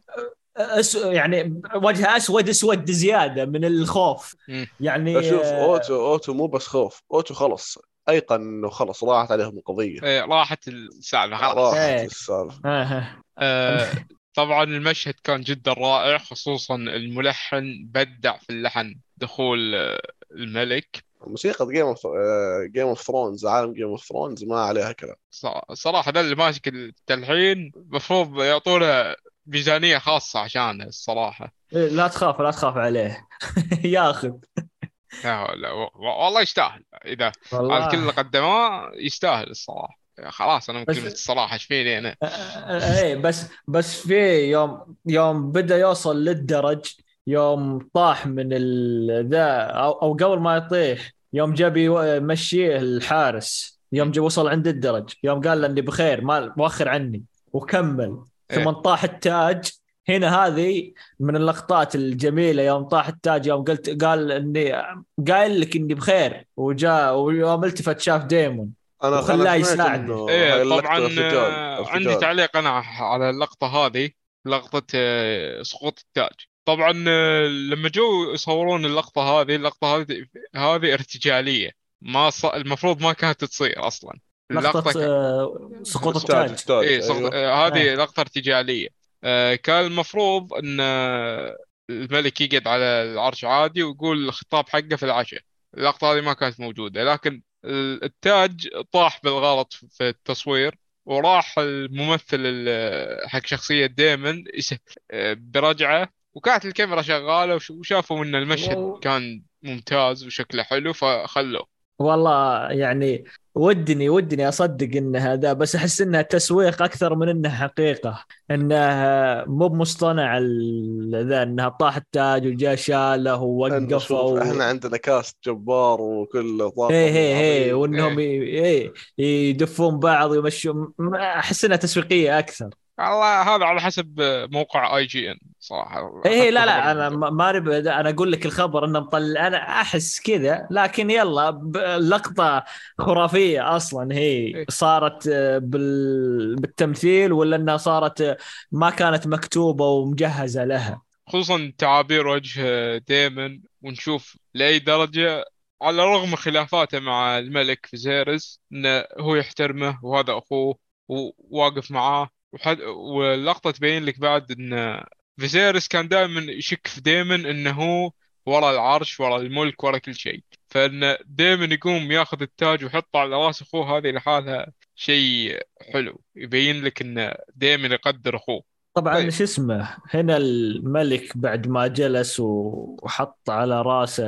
أس يعني وجهه اسود اسود زيادة من الخوف مم. يعني اشوف آه، اوتو اوتو مو بس خوف، اوتو خلص ايقن انه خلص راحت عليهم القضية. إيه، راحت السالفة خلاص. راحت ايه السالفة. آه، آه. آه، طبعا المشهد كان جدا رائع، خصوصا الملحن بدع في اللحن. دخول آه، الملك موسيقى جيم اوف جيم اوف ثرونز، عالم جيم اوف ثرونز ما عليها كلام. ص- صراحة ده اللي ماسك التلحين، المفروض يعطونه ميزانية خاصة عشانه الصراحة. إيه، لا تخاف لا تخاف عليه ياخذ. لا لا و- والله يستاهل، إذا هذا كل اللي والله قدمه يستاهل الصراحة. خلاص أنا من بس كلمة الصراحة إيش فيني أنا. ايه بس بس في يوم يوم بدأ يوصل للدرج، يوم طاح من ال- ذا او أو قبل ما يطيح، يوم جاب يمشيه الحارس، يوم جا وصل عند الدرج، يوم قال له اني بخير ما مؤخر عني وكمل. ثم إيه طاح التاج. هنا هذه من اللقطات الجميلة، يوم طاح التاج، يوم قلت قال اني قايل لك اني بخير، وجاء ويوم التفت شاف ديمون انا انا وخلاه سمعت يساعده. انه إيه هاي اللقطة طبعا ارتجال آه، عندي ارتجال. تعليق أنا على اللقطة هذه، لقطة آه، سقوط التاج. طبعا آه، لما جو يصورون اللقطة هذه، اللقطة هذه هذه ارتجالية، ما ص... المفروض ما كانت تصير أصلا اللقطة. لقطة آه، سقوط التاج التاج. التاج ايه صغ... ايوه. آه، هذه آه. لقطة ارتجالية. آه، كان المفروض ان آه، الملك يقعد على العرش عادي ويقول الخطاب حقه في العشاء. اللقطة هذه ما كانت موجودة، لكن ال- التاج طاح بالغلط في التصوير، وراح الممثل ال- حق شخصية ديمن يس- آه، برجعه، وكانت الكاميرا شغالة، وش- وشافوا ان المشهد كان ممتاز وشكله حلو فخلوه. والله يعني ودني ودني اصدق ان هذا، بس احس انها تسويق اكثر من انها حقيقه، انها مو بمصطنع ال- ذا، انها طاح التاج وجاء شاله انه ووقفه شوف و... احنا عندنا كاست جبار وكل هي طاقم هي هي عظيم. وانهم ايه ي... إيه يدفون بعض ويمشون. احس انها تسويقيه اكثر. والله هذا على حسب موقع اي جي ان صراحة، ايه إيه، اخذت لا الخبر لا من انا عندهم. ما ما أريد- انا اقول لك الخبر انه مطلع، انا احس كذا، لكن يلا ب- اللقطه خرافيه اصلا، هي إيه. صارت آه، بال... بالتمثيل، ولا انها صارت آه، ما كانت مكتوبه ومجهزه لها. خصوصا تعابير وجه ديمن، ونشوف لأي درجة على رغم خلافاته مع الملك فيزيرس انه هو يحترمه وهذا اخوه وواقف معاه. وحد... واللقطة تبين لك بعد ان فيزيرس كان دائما يشك في ديمن انه هو ورا العرش ورا الملك ورا كل شيء، فان ديمن يقوم ياخذ التاج ويحطه على راس اخوه، هذه لحالها شيء حلو، يبين لك ان ديمن يقدر اخوه. طبعا طيب شو اسمه، هنا الملك بعد ما جلس وحط على راسه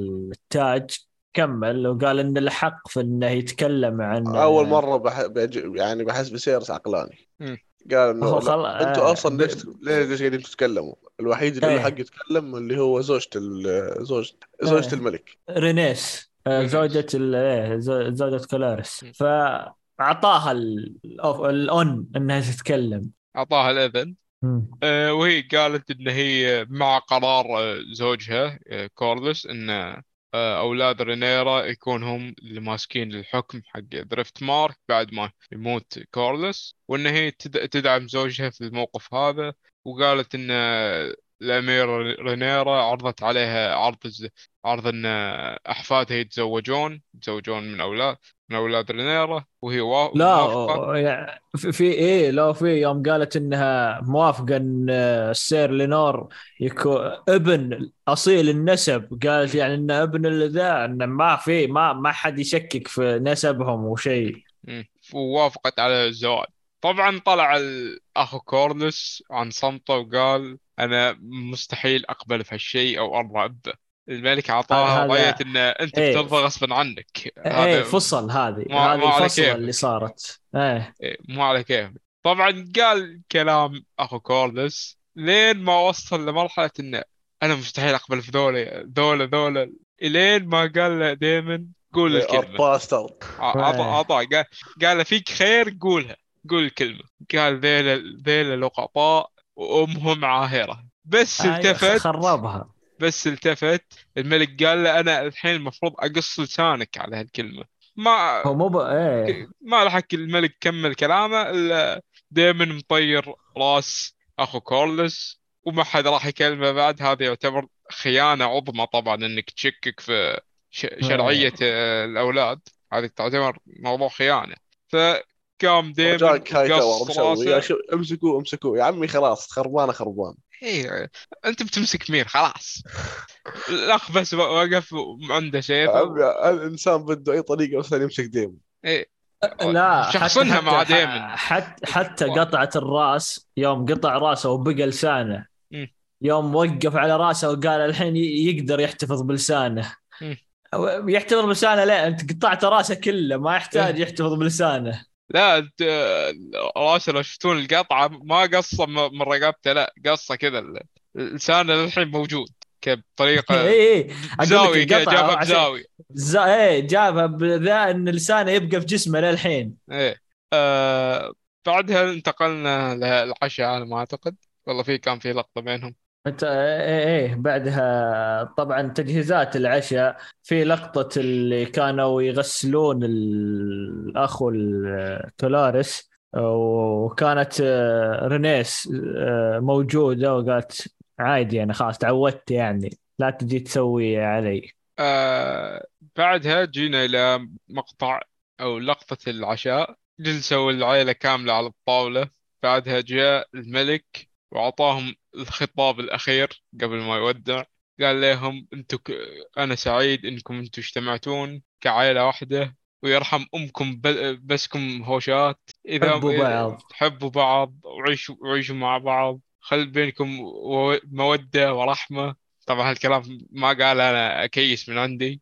التاج، كمل وقال ان الحق في انه يتكلم عن اول مره بح... بيج... يعني بحس بسيرس عقلاني. مم. قال انه هو لا خل... انتوا آه، اصلا ب... ليش ليش ليش قاعدين تتكلموا؟ الوحيد اللي له حق ايه يتكلم اللي هو زوجة ال... زوجة زوجة ايه الملك. رينيس آه، زوجة رينيس. ال... ايه زو- زوجة كلاريس، مم. فأعطاها ال... الأوف- الأون انها تتكلم. أعطاها الإذن. مم. أه وهي قالت إن هي مع قرار آه، زوجها آه، كورلس إن آه، أولاد رينيرا يكون هم اللي ماسكين الحكم حق دريفت مارك بعد ما يموت كورلس، وإن هي تد- تدعم زوجها في الموقف هذا. وقالت إن الأميرة رينيرا عرضت عليها عرض الز- عرض إن أحفادها يتزوجون يتزوجون من أولاد من أولاد رينيرا، وهي وا- موافقة. لا يعني في في ايه لو في يوم قالت انها موافقه ان السير لينور يكون ابن اصيل النسب، قالت يعني ان ابن اللي ذا انه ما في ما ما حد يشكك في نسبهم وشيء. مم. ووافقت على الزواج. طبعا طلع الأخ كورلس عن صمته وقال أنا مستحيل أقبل في هالشيء أو أرضى به. الملك هذا أعطاها رأية هذا أن أنت ايه بترضى غصبا عنك. ايه هذا فصل، هذه ما, هذه ما على الفصلة اللي كيفك. صارت ايه. إيه، مو على كيفك. طبعا قال كلام أخو كورلس لين ما وصل لمرحلة أنه أنا مستحيل أقبل في ذولا ذولا ذولا، إلين ما قال له دائما قول they are الكلمة. bastard. عطى ايه عطى قال قال له فيك خير قولها، قول الكلمة. قال ذيلا ذيلا لقطاء وأمهم عاهرة. بس اي خ- التفت خربها. بس التفت الملك قال له أنا الحين المفروض أقص لسانك على هالكلمة. ما هو مو ب... ايه ما لحق الملك كمل كلامه إلا دائما مطير راس أخو كورلس، وما حد راح يكلمه بعد. هذا يعتبر خيانة عظمى طبعا، إنك تشكك في ش- شرعية ايه آه، الأولاد. هذه تعتبر موضوع خيانة. فقام ديمن وجاك هاي تاور وقص مسوي يا راسه. شو، امسكوه امسكوه يا عمي، خلاص خربانه خربان. إيه، أنت بتمسك مين خلاص. الأخ بس وقف عنده يا سيفه عمي و... الانسان بده اي طريقه مثلا يمسك ديم. إيه، لا حتى شخصنها مع حتى ديمن. حتى حتى قطعة الراس يوم قطع راسه وبقى لسانه، مم. يوم وقف على راسه وقال الحين يقدر يحتفظ بلسانه. مم. يحتفظ بلسانه ليه؟ انت قطعت راسه كله، ما يحتاج إيه. يحتفظ بلسانه. لا انت راسه لو شفتون القطعة ما قصة م- من رقبته، لا قصة كذا ال- لسانه للحين موجود اي كبطريقة اي اقول لك بزاوية كذا، القطعه جابها عشان بزاوية. ز... ايه جابها بذا ان لسانه يبقى في جسمه للحين. ايه. آه بعدها انتقلنا للعشاء على ما اعتقد. والله في كان في لقطة بينهم. انت ايه ايه بعدها طبعا تجهيزات العشاء، في لقطة اللي كانوا يغسلون الاخ التولاريس، وكانت آه، رينيس آه، موجودة وقالت عادي انا خلاص تعودت يعني، لا تجي تسوي علي. آه بعدها جينا إلى مقطع أو لقطة العشاء. جلسوا العائلة كاملة على الطاولة. بعدها جاء الملك وأعطاهم الخطاب الأخير قبل ما يودع. قال لهم أنتوا ك... أنا سعيد إنكم أنتوا اجتمعتون كعائلة واحدة، ويرحم أمكم ب... بسكم هوشات. إذا حبوا بعض. تحبوا بعض وعيشوا وعيشوا مع بعض، خل بينكم و- مودة ورحمة. طبعا هالكلام ما قال انا اكيس من عندي.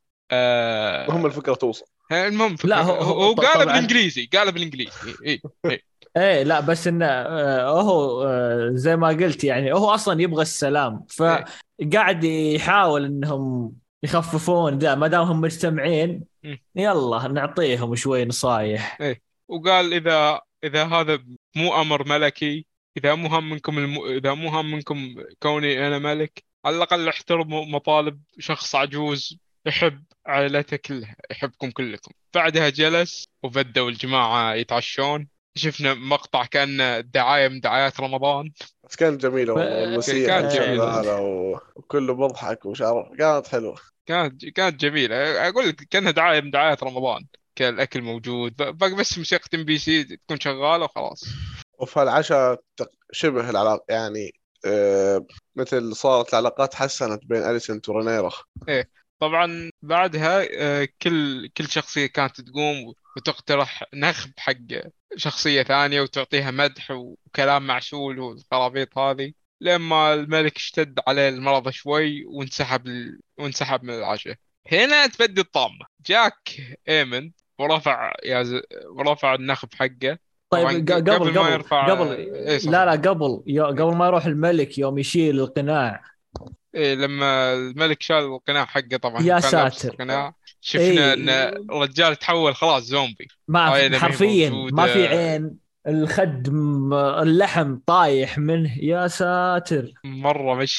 المهم آه الفكره توصل. المهم لا فكرة هو هو هو هو ط- قال طبعا بالانجليزي قال بالانجليزي اي اي ايه لا بس انه آه، هو آه، زي ما قلت يعني هو اصلا يبغى السلام، اي فقاعد يحاول انهم يخففون ذا ما دام هم مجتمعين، اي يلا نعطيهم شوي نصايح. اي. وقال اذا اذا هذا مو امر ملكي، اذا مو هم منكم الم... اذا مو هم منكم كوني انا ملك، على الاقل احترموا مطالب شخص عجوز يحب عائلته كلها، يحبكم كلكم. بعدها جلس وبدأوا الجماعة يتعشون. شفنا مقطع كأنه دعاية من دعايات رمضان. بس كانت جميله ف... والله، ك- والموسيقى كانت جميلة. آه، شغاله و- وكله بضحك ومش عارف، كانت حلوه. كانت كانت جميلة. أقول لك كأنها دعاية من دعايات رمضان. كان الأكل موجود، ب- باقي بس موسيقى ام بي سي تكون شغالة وخلاص. وفي هالعشاء تق- شبه العلاقه يعني، آه مثل صارت العلاقات حسنت بين أليسنت ورينيرا. إيه. طبعا بعدها آه، كل كل شخصية كانت تقوم وتقترح نخب حق شخصية ثانية وتعطيها مدح وكلام معسول والخرابيط هذه، لما الملك اشتد عليه المرض شوي وانسحب ال... وانسحب من العشاء. هنا تبدي الطامة. جاك ايمن ورفع يا ز... ورفع النخب حقه. طبعا طيب ق- ق- قبل قبل ما قبل يرفع. قبل ايه صح لا صح. لا قبل يو- قبل ما يروح الملك يوم يشيل القناع. إيه لما الملك شال القناع حقه، طبعا هو يا كان لابس ساتر. القناع. شفنا ان اي الرجال تحول خلاص زومبي. ما في- عينه ما هي حرفيا ما في موجودة. عين، الخد م- اللحم طايح منه، يا ساتر. مرة مشهد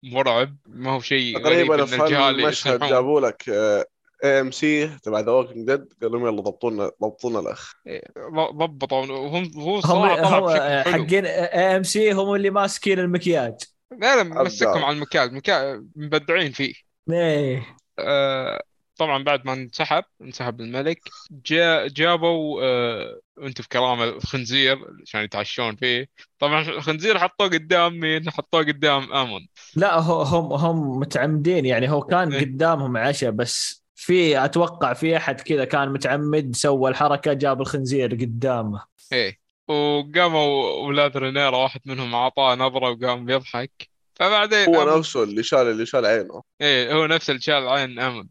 مرعب، ما هو شيء غريب تقريبا ان في الجهال المشهد يصيحون. جابوا لك اي ام سي تبع ذا ووكينج ديد، قالوا لهم يلا ضبطونا ضبطونا الاخ. إيه، ضبطوا وهم هو هم الصراحه طلع هم بشكل حلو. حقين اي ام سي هم اللي ماسكين المكياج. لا لا مسكهم ابداع. على المكان المكان مبدعين فيه. ايه آه طبعا بعد ما انسحب انسحب الملك، جاء جابوا آه انت في كلام الخنزير عشان يتعشون فيه. طبعا الخنزير حطوه قدام مين؟ حطوه قدام امون. لا هو هم هم متعمدين يعني، هو كان إيه. قدامهم عشاء بس في اتوقع في احد كذا كان متعمد سوى الحركه جاب الخنزير قدامه. ايه وقاموا اولاد رينيرا واحد منهم اعطاه نظره وقام بيضحك. فبعدين هو اموند، نفسه اللي شال اللي شال عينه. ايه هو نفس اللي شال عين اموند.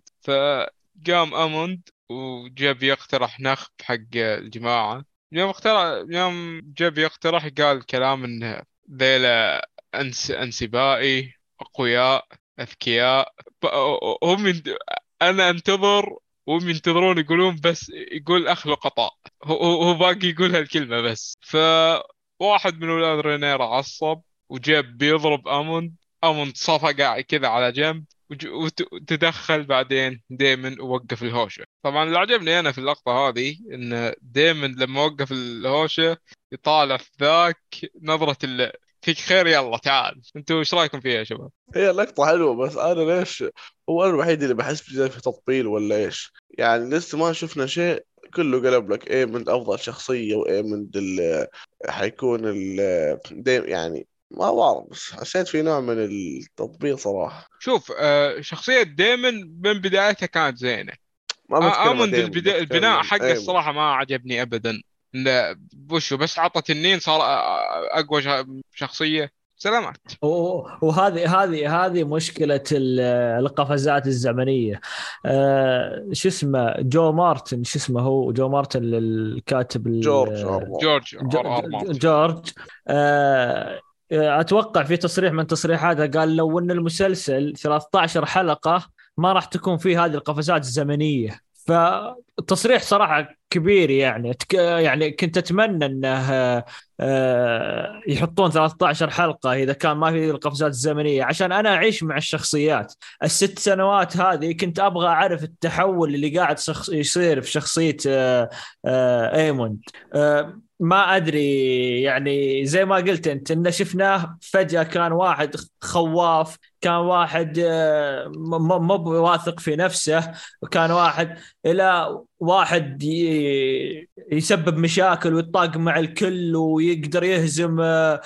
فقام اموند وجاب يقترح نخب حق الجماعه. يوم اخترع يوم جاب يقترح قال كلام انه ذيلا أنس انسبائي اقوياء اذكياء. ب- هم ينت- انا انتظر وهم ينتظرون يقولون بس يقول اخلق قطاع. هو هو هو باقي يقول هالكلمة بس. فواحد من اولاد رينيرا عصب وجاب بيضرب اموند. اموند صفى قاعد كذا على جنب وج- وت- وتدخل بعدين ديمن ووقف الهوشة. طبعا اللي عجبني انا في اللقطة هذه ان ديمن لما وقف الهوشة يطالع في ذاك نظرة ال فيك خير يلا تعال. انتوا ايش رايكم فيها يا شباب؟ هي لقطة حلوة، بس انا ليش هو انا الوحيد اللي بحس بزي في تطبيل ولا ايش؟ يعني لسه ما شفنا شيء، كله قلب لك ايه من افضل شخصية وايه من ال حيكون ال ديم يعني. ما بعرف، بس حسيت في نوع من التطبيل صراحة. شوف آه شخصية ديمن من بدايتها كانت زينة. ما آه بتكلم عن اموند ديم، البدا... البناء بتكلم حقه ايه. الصراحة ما عجبني ابدا. لا وشو بس عطت النين صار آه، اقوى ش- شخصية. سلامات. و- وهذه هذه هذه مشكلة ال- القفزات الزمنية. آه، شو اسمه جو مارتن، شو اسمه هو جو مارتن الكاتب جورج ال- ارمر. جورج ج- ار ار ج- مارتن. جورج. آه، اتوقع في تصريح من تصريحاته قال لو ان المسلسل ثلاثة عشر حلقة ما راح تكون فيه هذه القفزات الزمنية. فتصريح صراحة كبير يعني، أتك- يعني كنت اتمنى انه آه، يحطون ثلاثة عشر حلقة إذا كان ما في القفزات الزمنية عشان أنا أعيش مع الشخصيات. الست سنوات هذه كنت أبغى أعرف التحول اللي قاعد شخص يصير في شخصية آه، آه، ايموند. آه، ما أدري يعني زي ما قلت أنت إن شفناه فجأة كان واحد خواف، كان واحد آه، م- م- مو واثق في نفسه، وكان واحد إلى واحد ي- يسبب مشاكل ويطاق مع الكل ويقدر يهزم آه،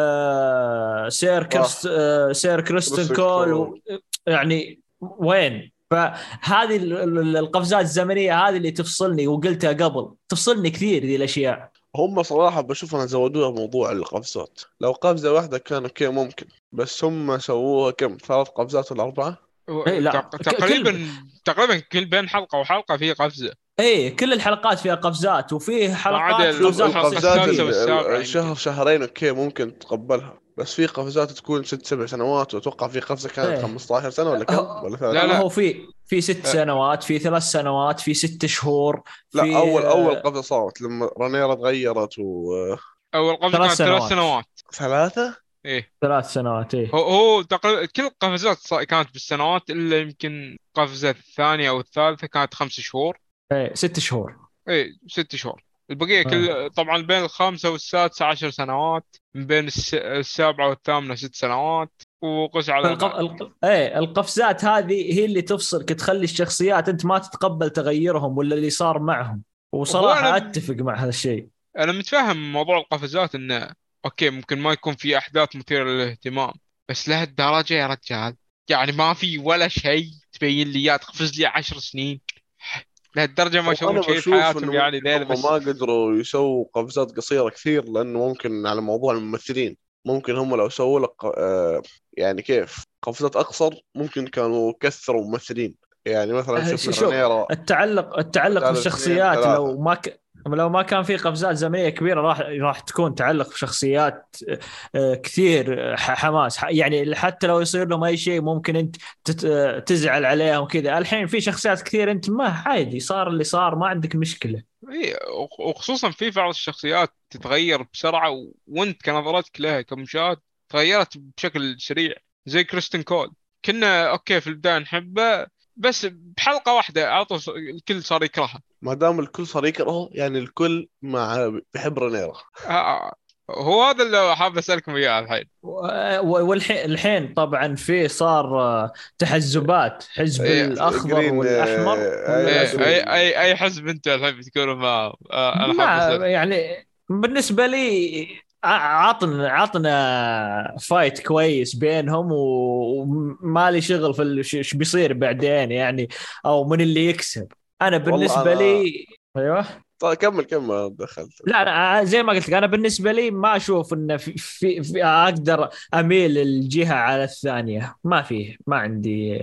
آه، سير كريست صح. آه، سير كريستن كريستن كول كول. و- يعني وين؟ فهذه ال- ال- القفزات الزمنية هذه اللي تفصلني، وقلتها قبل تفصلني كثير ذي الأشياء. هم صراحة بشوف أنا زودوها موضوع القفزات، لو قفزة واحدة كان أوكي ممكن، بس هم سووها كم ثلاث قفزات ولا أربعة؟ اي لا تق- ك- كل تقريبا تقريبا كل بين حلقة وحلقة في قفزة. اي كل الحلقات فيها قفزات، وفي ما عدا حلقات شوف قفزات الحلقة تصير القفزات السادسة ال- كثير. ال- والسابعة الشهر يمكن. شهرين أوكي ممكن تقبلها، بس في قفزات تكون ست سبع سنوات، وأتوقع في قفزة كانت ايه خمسة عشر سنة ولا كم ولا لا هو ثلاثين. لا هو في في ست أه، سنوات، في ثلاث سنوات، في ست شهور، لا، في أول أول آه، قفزة صارت لما رانيرا تغيرت وثلاثة. أول قفزة ثلاث كانت ثلاث سنوات سنوات إيه. ثلاث سنوات ايه. هو هو تقريبا كل القفزات صا- كانت بالسنوات إلا يمكن القفزة الثانية أو الثالثة كانت خمس شهور. ايه ست شهور. إيه ست شهور. البقية آه. كل طبعا بين الخامسة والسادسة عشر سنوات، من بين الس... السابعة والثامنة ست سنوات. وقس على فالق... ذلك. الق... ايه القفزات هذه هي اللي تفصلك، تخلي الشخصيات انت ما تتقبل تغيرهم ولا اللي صار معهم. وهو وصراحة أنا اتفق مع هذا الشيء. أنا متفهم موضوع القفزات إنه أوكي ممكن ما يكون في أحداث مثيرة للاهتمام، بس لهالدرجة يا رجال؟ يعني ما في ولا شيء تبين لي إياه تقفز لي عشر سنين؟ لهالدرجة ما يسوون وأنا شيء في بشوف إنه حياتهم يعني ممكن ليلة هم بس؟ ما قدروا يسووا قفزات قصيرة كثير، لأنه ممكن على موضوع الممثلين، ممكن هم لو سووا لك آه يعني كيف قفزات أقصر ممكن كانوا كثروا ممثلين. يعني مثلا آه، ش- شفنا شوف رانيرا التعلق التعلق بدال اثنين بالشخصيات ثلاثة. لو ما ك... لو ما كان في قفزات زمنيه كبيره راح راح تكون تعلق بشخصيات آه، كثير ح- حماس ح- يعني حتى لو يصير لهم اي شيء ممكن انت تت... آه، تزعل عليهم كذا. الحين في شخصيات كثير انت ما عادي صار اللي صار ما عندك مشكله. إيه وخ- وخصوصا في بعض الشخصيات تتغير بسرعة و... وانت كنظرتك لها كمشاهد تغيرت بشكل سريع. زي كريستن كول. كنا اوكي في البدايه نحبه، بس بحلقه واحده عطوا الكل صار يكرهه. ما دام الكل صار يكرهه يعني الكل مع بيحب رينيرا. آه، هو هذا اللي حاب اسالكم اياه الحين. والحين الحين طبعا في صار آه، تحزبات، حزب إيه، الاخضر جرين والاحمر آه، ايوه إيه، والاسود. اي جرين. اي اي حزب انت الحين بتكونوا معه؟ آه، انا حاب ما اسال. يعني بالنسبه لي ع- عطنا عطنا فايت كويس بينهم، و- وما لي شغل في ال- ش- ايش بيصير بعدين يعني، او من اللي يكسب. انا والله بالنسبه انا لي ايوه. طيب كمل كمل دخلت. لا انا زي ما قلت لك، انا بالنسبه لي ما اشوف انه في, في, في اقدر اميل الجهه على الثانيه، ما فيه، ما عندي.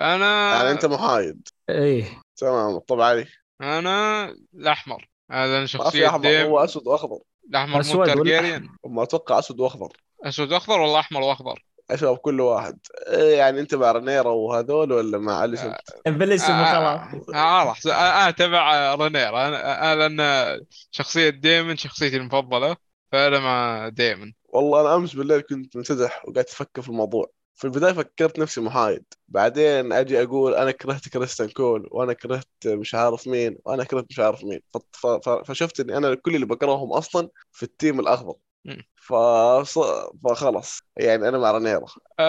يعني انت انا محايد. ايه. تمام طب علي. انا الاحمر، هذا ما في شخصيه احمر، هو ديم. اسود واخضر. الاحمر مو اسود ولا تارجيريان؟ احمر؟ وما اتوقع اسود واخضر. اسود واخضر ولا احمر واخضر؟ اشرب كل واحد. إيه يعني انت مع رينيرا وهذول ولا مع اليسنت؟ بالاسم وخلاص. خلاص انا تبع رينير. انا أنا لان شخصيه ديمن شخصيتي المفضله، فانا مع ديمن. والله انا امس بالليل كنت منسدح وقاعد افكر في الموضوع. في البدايه فكرت نفسي محايد، بعدين اجي اقول انا كرهت كريستيان كول، وانا كرهت مش عارف مين، وانا كرهت مش عارف مين. ف... ف... ف... فشفت اني انا كل اللي بكرههم اصلا في التيم الاخضر. مم. فص... فخلص يعني انا مع رينيرا.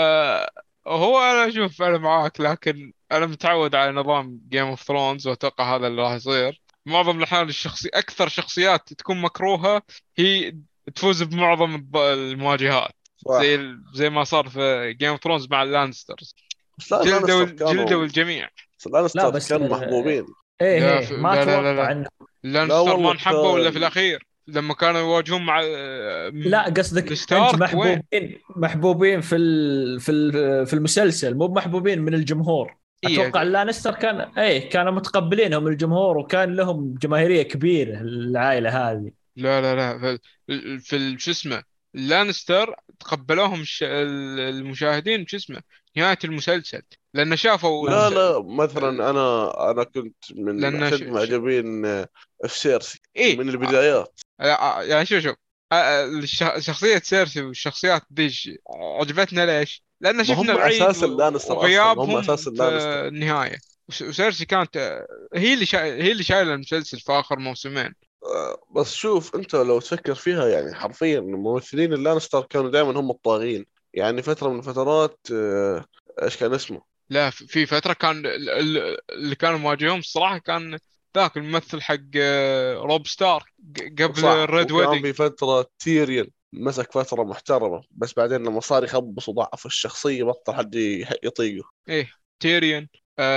أه هو انا اشوف انا معاك، لكن انا متعود على نظام جيم اوف ثرونز، واتوقع هذا اللي راح يصير معظم الاحيان. الشخصي اكثر شخصيات تكون مكروهه هي تفوز بمعظم الض- المواجهات، زي صح. ال- زي ما صار في جيم اوف ثرونز مع اللانسترز. بس لا جلدوا لانستر جلدوا كانوا الجميع. بس لا لانستر بس كانوا آه، محبوبين. ايه لا في... ايه ما لا لا لا اتوقع لا انه. لا لانستر ما والله انحبوا الا في كان. الاخير لما كانوا يواجهون مع آه، لا م- قصدك انت الستارك. وين؟ محبوبين، محبوبين في ال... في ال... في المسلسل، مو محبوبين من الجمهور. إيه اتوقع اللانستر كان ايه كانوا متقبلينهم الجمهور، وكان لهم جماهيريه كبيره العائله هذه. لا لا لا في ال- في ال- شو اسمه، لانستر تقبلوهم الش- ال- المشاهدين شو اسمه نهاية المسلسل، لأن شافوا لا الس... لا مثلا ال- انا انا كنت من لأن ش... اشد ش... معجبين آه، في سيرسي إيه من آه، البدايات. آه، يعني شوف شوف آه، آه، الش... شخصية سيرسي والشخصيات دي ش- عجبتنا ليش؟ لأن ما شفنا هم العيد اساس و- اللانستر اصلا، ما هم وغيابهم اساس في اللانستر. النهاية. وس- وسيرسي كانت آه، هي اللي شا... هي اللي شايلة المسلسل في آخر موسمين. آه، بس شوف انت لو تفكر فيها يعني حرفيا ممثلين اللانستر كانوا دائما هم الطاغين. يعني فتره من الفترات آه، ايش كان اسمه؟ لا في في فترة كان ال- ال- اللي كانوا مواجههم الصراحة كان ذاك الممثل حق آه، روب ستار ق- قبل صح. الريد وكان في ويدنج. فتره تيريون مسك فتره محترمه، بس بعدين لما صار يخبص وضعف الشخصيه بطل حد ي- يطيقه. ايه تيريون.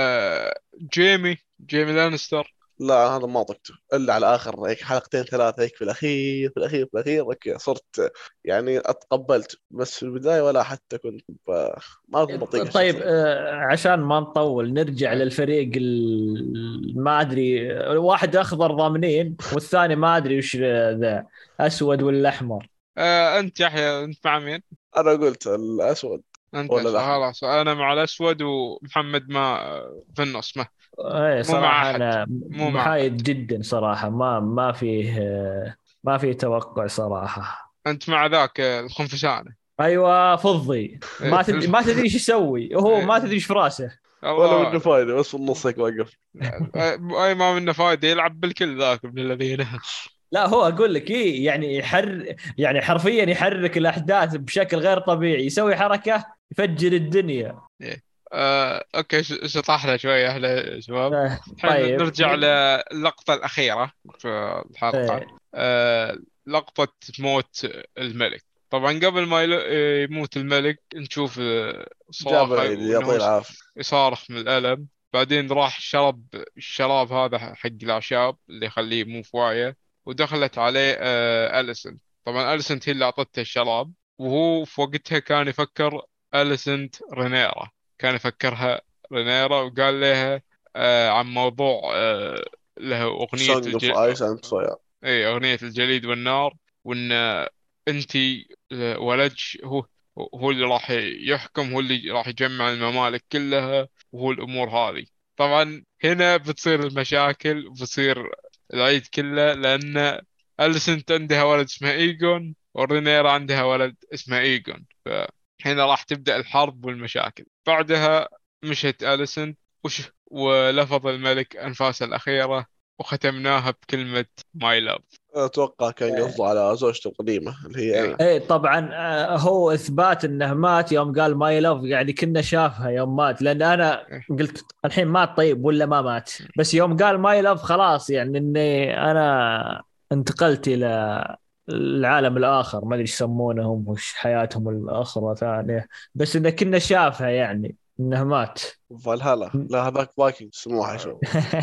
آه جيمي جيمي لانستر. لا هذا ما طقته الا على اخر هيك حلقتين ثلاثه هيك في الاخير في الاخير في الاخير هيك صرت يعني اتقبلت، بس في البدايه ولا حتى كنت ب... ما كنت بطيق طيب الشخصيه. آه، عشان ما نطول نرجع آه. للفريق ال- ما ادري، واحد اخضر ضامنين والثاني ما ادري وش ذا، اسود ولا احمر؟ آه انت يحيى، انت مع مين؟ انا قلت الاسود انت ولا اسود، الاحمر. خلاص انا مع الاسود، ومحمد ما في النص، ما ايه مو مع صراحة احد، انا مو مع احد. محايد جدا صراحة، ما ما فيه آه، ما فيه توقع صراحة. انت مع ذاك آه، الخنفسانة. ايوه فضي، إيه، ما تدري الخ... ما تدري ايش يسوي، هو ما إيه، تدري ايش في راسه. ولا الله. منه فايده، بس في النص هيك واقف. اي ما منه فايده، يلعب بالكل ذاك ابن الذين. لا هو اقول لك ايه يعني يحر، يعني حرفيا يحرك الاحداث بشكل غير طبيعي، يسوي حركة يفجر الدنيا. إيه. آه، اوكي ش- شطحنا شويه احنا شباب. آه، الحين طيب نرجع للقطه الاخيره في الحلقه. إيه. آه، لقطه موت الملك. طبعا قبل ما يل- يموت الملك نشوف آه، جاب صراخه، العيد وانه يعطيه يص- العافيه. يصارخ من الالم. بعدين راح شرب الشراب هذا حق الاعشاب اللي يخليه مو فوايه، ودخلت عليه آه، أليسنت. طبعا أليسنت هي اللي اعطته الشراب، وهو في وقتها كان يفكر أليسنت رينيرا، كان يفكرها رينيرا، وقال لها آه عن موضوع آه له أغنية سونج الج... اوف ايس اند فاير. اي أغنية الجليد والنار، وان انتي آه، ولدش هو هو اللي راح يحكم، هو اللي راح يجمع الممالك كلها، وهو الأمور هذه. طبعا هنا بتصير المشاكل وبتصير العيد كله، لأن أليسنت عندها ولد اسمه إيجون، ورينيرا عندها ولد اسمه إيجون. الحين راح تبدأ الحرب والمشاكل. بعدها مشت أليسنت وش ولفظ الملك أنفاسه الأخيرة، وختمناها بكلمة ماي لاف. اتوقع كان قصده على زوجته القديمه اللي هي إيه. انا. ايه طبعا. آه، هو اثبات انه مات يوم قال ماي لاف، يعني كنا شافها يوم مات، لان انا إيه. قلت الحين مات طيب ولا ما مات، بس يوم قال ماي لاف خلاص يعني اني انا انتقلت الى العالم الاخر، ما ادري ايش يسمونهم وش حياتهم الاخرى ثانيه، بس انه كنا شافها يعني انه مات. فالهالا لا هذاك فايكنج سموحه شو.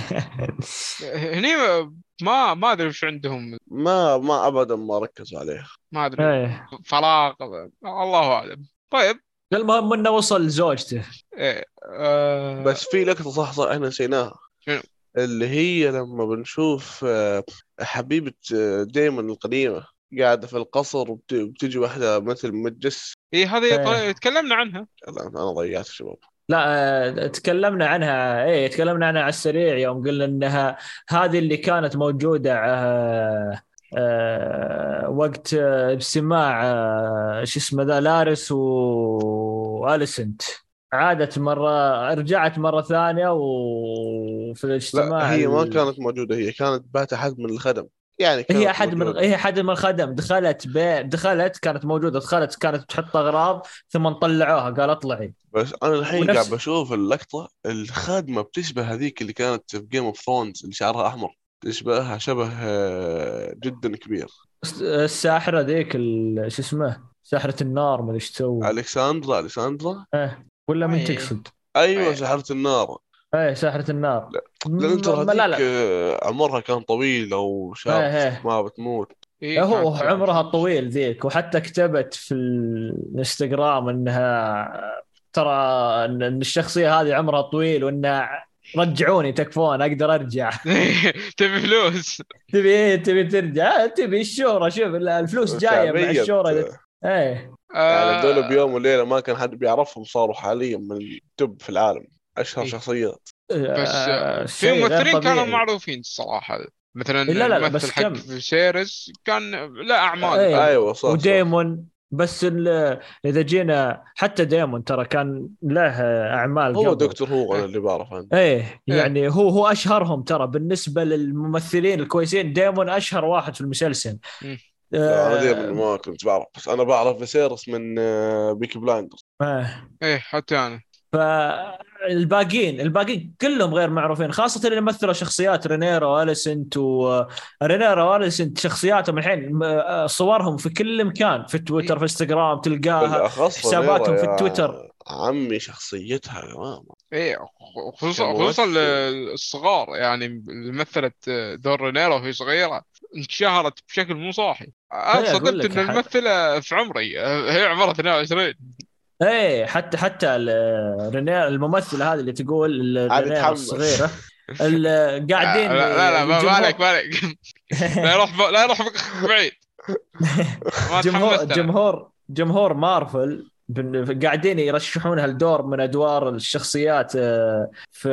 هني ما ما أدري وش عندهم، ما ما ابدا ما ركزوا عليه. ما أدري، ايه فراغ، الله أعلم. طيب. المهم انه وصل لزوجته. إيه. آه... بس في لقطه صح صح احنا نسيناها، شنو؟ اللي هي لما بنشوف آه، حبيبه آه، دايمون القديمه قاعده في القصر وبتجي واحده مثل متجس. إيه هذه ايه طل... تكلمنا عنها. لا انا ضيعت الشباب. لا، آه، تكلمنا عنها، ايه تكلمنا عنها على السريع يوم قلنا انها هذه اللي كانت موجودة آه، آه، وقت آه، اجتماع آه، شو اسمه ذا لارس واليسنت، عادت مرة رجعت مرة ثانية وفي لا الاجتماع هي ما ال... كانت موجوده، هي كانت بات احد من الخدم يعني هي كانت احد من موجوده. هي احد من الخدم، دخلت بي... دخلت كانت موجودة، دخلت كانت تحط اغراض ثم طلعوها قال اطلعي. بس انا الحين قاعد ونفس بشوف اللقطه، الخادمه بتشبه هذيك اللي كانت في جيم اوف ثرونز اللي شعرها احمر، تشبهها شبه آه، جدا كبير. الساحرة ذيك ال- شو اسمه ساحرة النار، ما ادري ايش تسوي. الكساندرا الكساندرا ايه ولا من أي. تقصد؟ ايوه أي. سحرة النار. ايه ساحرة النار. لا لان م- ترى ما لا هذيك لا. آه، عمرها كان طويل او شاب ايه ايه ما بتموت. إيه هو كانت. عمرها طويل ذيك، وحتى كتبت في الانستغرام انها ترى ان إن الشخصية هذه عمرها طويل، وان رجعوني تكفون اقدر ارجع. تبي فلوس. تبي ايه؟ تبي ترجع؟ تبي الشهرة؟ شوف الفلوس جاية مع فعليا الشهرة. ايه يعني دول آه... بيوم وليله ما كان حد بيعرفهم، صاروا حاليا من التوب في العالم، اشهر إيه. شخصيات. بس آه، في شيء غير ممثلين كانوا طبيعي. معروفين الصراحة. مثلا لا لا لا الممثل بس حق كم. في سيرس كان له أعمال ايه حلوة. ايوه صح صح. وديمون، بس ال- اذا جينا حتى ديمون ترى كان له اعمال هو قبل. دكتور هو انا إيه. اللي بعرف عنه. ايه إيه. يعني هو هو اشهرهم ترى بالنسبه للممثلين الكويسين، ديمون اشهر واحد في المسلسل. مم. لا انا دائما آه ما كنت بعرف، بس انا بعرف فيسيرس من آه، بيكي بلايندرز. آه إيه حتى أنا. فالباقيين الباقيين كلهم غير معروفين، خاصة اللي مثلوا شخصيات رينيرا واليسنت. ورينيرا واليسنت شخصياتهم الحين م- صورهم في كل مكان، في إيه. تويتر في انستغرام تلقاها، بالاخص رينيرا حساباتهم في يا التويتر. عمي شخصيتها يا ماما إيه خصوصا خصوصا كممثل. الصغار، يعني اللي مثلت دور رينيرا وهي صغيرة انشهرت بشكل مو صاحي. أنا ايه اقول صدمت لك إن حد... الممثلة في عمري، هي عمرها اثنين وعشرين. ايه حتى حتى ال- رينيرا الممثلة هذه اللي تقول عاد رينيرا يتحمس. الصغيرة، ال- آه، قاعدين لا لا لا ما ما عليك الجمهور. ما عليك. لا يروح ب... لا يروح بعيد. ما جمهور تحمست انا. جمهور جمهور مارفل بن- قاعدين يرشحونها لدور من ادوار الشخصيات آه، في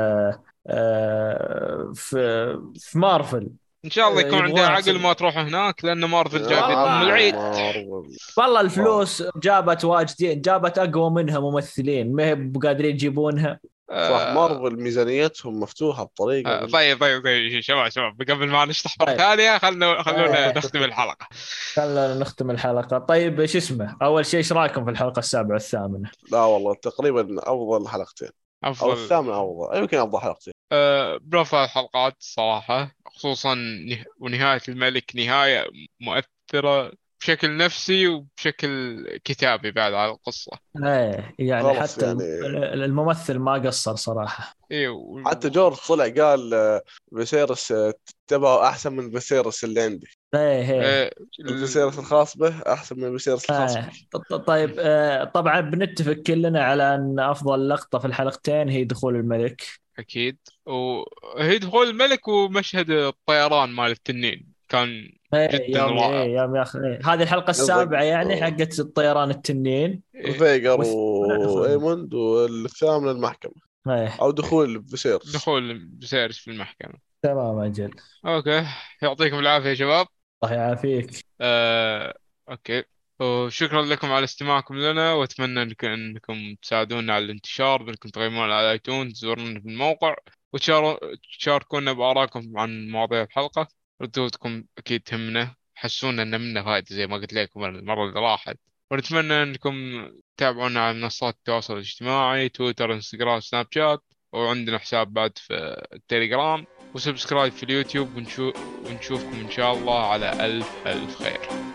آه، في في مارفل. ان شاء الله آه، يكون عندها يبغونها عقل تصير. ما تروح هناك، لان مارفل جايبين ام آه العيد. والله مارفل. والله آه. الفلوس جابت واجدين، جابت اقوى منها ممثلين ما هي بقادرين يجيبونها. صح آه... مارفل ميزانيتهم مفتوحة بطريقة آه... بنت. طيب طيب طيب شباب شباب قبل ما نشطح مرة طيب ثانية، خلونا خلونا آه، نختم الحلقة. خلينا نختم الحلقة. طيب شو اسمه اول شيء ايش رايكم في الحلقة السابعة والثامنة؟ لا والله تقريبا افضل حلقتين، او افضل. الثامنة افضل، يمكن افضل حلقتين. آه... بأفضل الحلقات صراحة، خصوصا نه... ونهاية الملك نهاية مؤثرة بشكل نفسي وبشكل كتابي بعد على القصة. ايه يعني خلص حتى يعني الم- الممثل ما قصر صراحة. ايه و... حتى جورج طلع قال آه، فيسيرس آه، تبعه احسن من فيسيرس اللي عندي، ايه ايه آه... الفيسيرس ال- الخاص به احسن من الفيسيرس الخاص آه. بي. ط- ط- طيب آه. طبعا بنتفق كلنا على ان افضل لقطة في الحلقتين هي دخول الملك. اكيد. وهي دخول الملك ومشهد الطيران مال التنين كان ايه جدا يوم رائع. ايه يوم يا اخي إيه. هذه الحلقة قصدك السابعة يعني آه، حقت الطيران التنين. إيه. فيجر والثامنة دخول. وايموند، والثامن المحكمة ايه او دخول فيسيرس. دخول بسيرس في المحكمة. تمام اجل. اوكي. يعطيكم العافية يا شباب. الله يعافيك. آه... اوكي. وشكرا لكم على استماعكم لنا، وأتمنى إنك- أنكم تساعدونا على الانتشار، بأنكم تقيمونا على آيتونز، تزورونا في الموقع، وتشاركونا بآراءكم عن مواضيع الحلقة. ردودكم أكيد تهمنا، حسونا أن منا فائدة زي ما قلت لكم المرة اللي راحت. ونتمنى أنكم تتابعونا على منصات التواصل الاجتماعي، تويتر، انستغرام، سناب شات، وعندنا حساب بعد في التليجرام، وسبسكرايب في اليوتيوب. ونشوف ونشوفكم إن شاء الله على ألف ألف خير.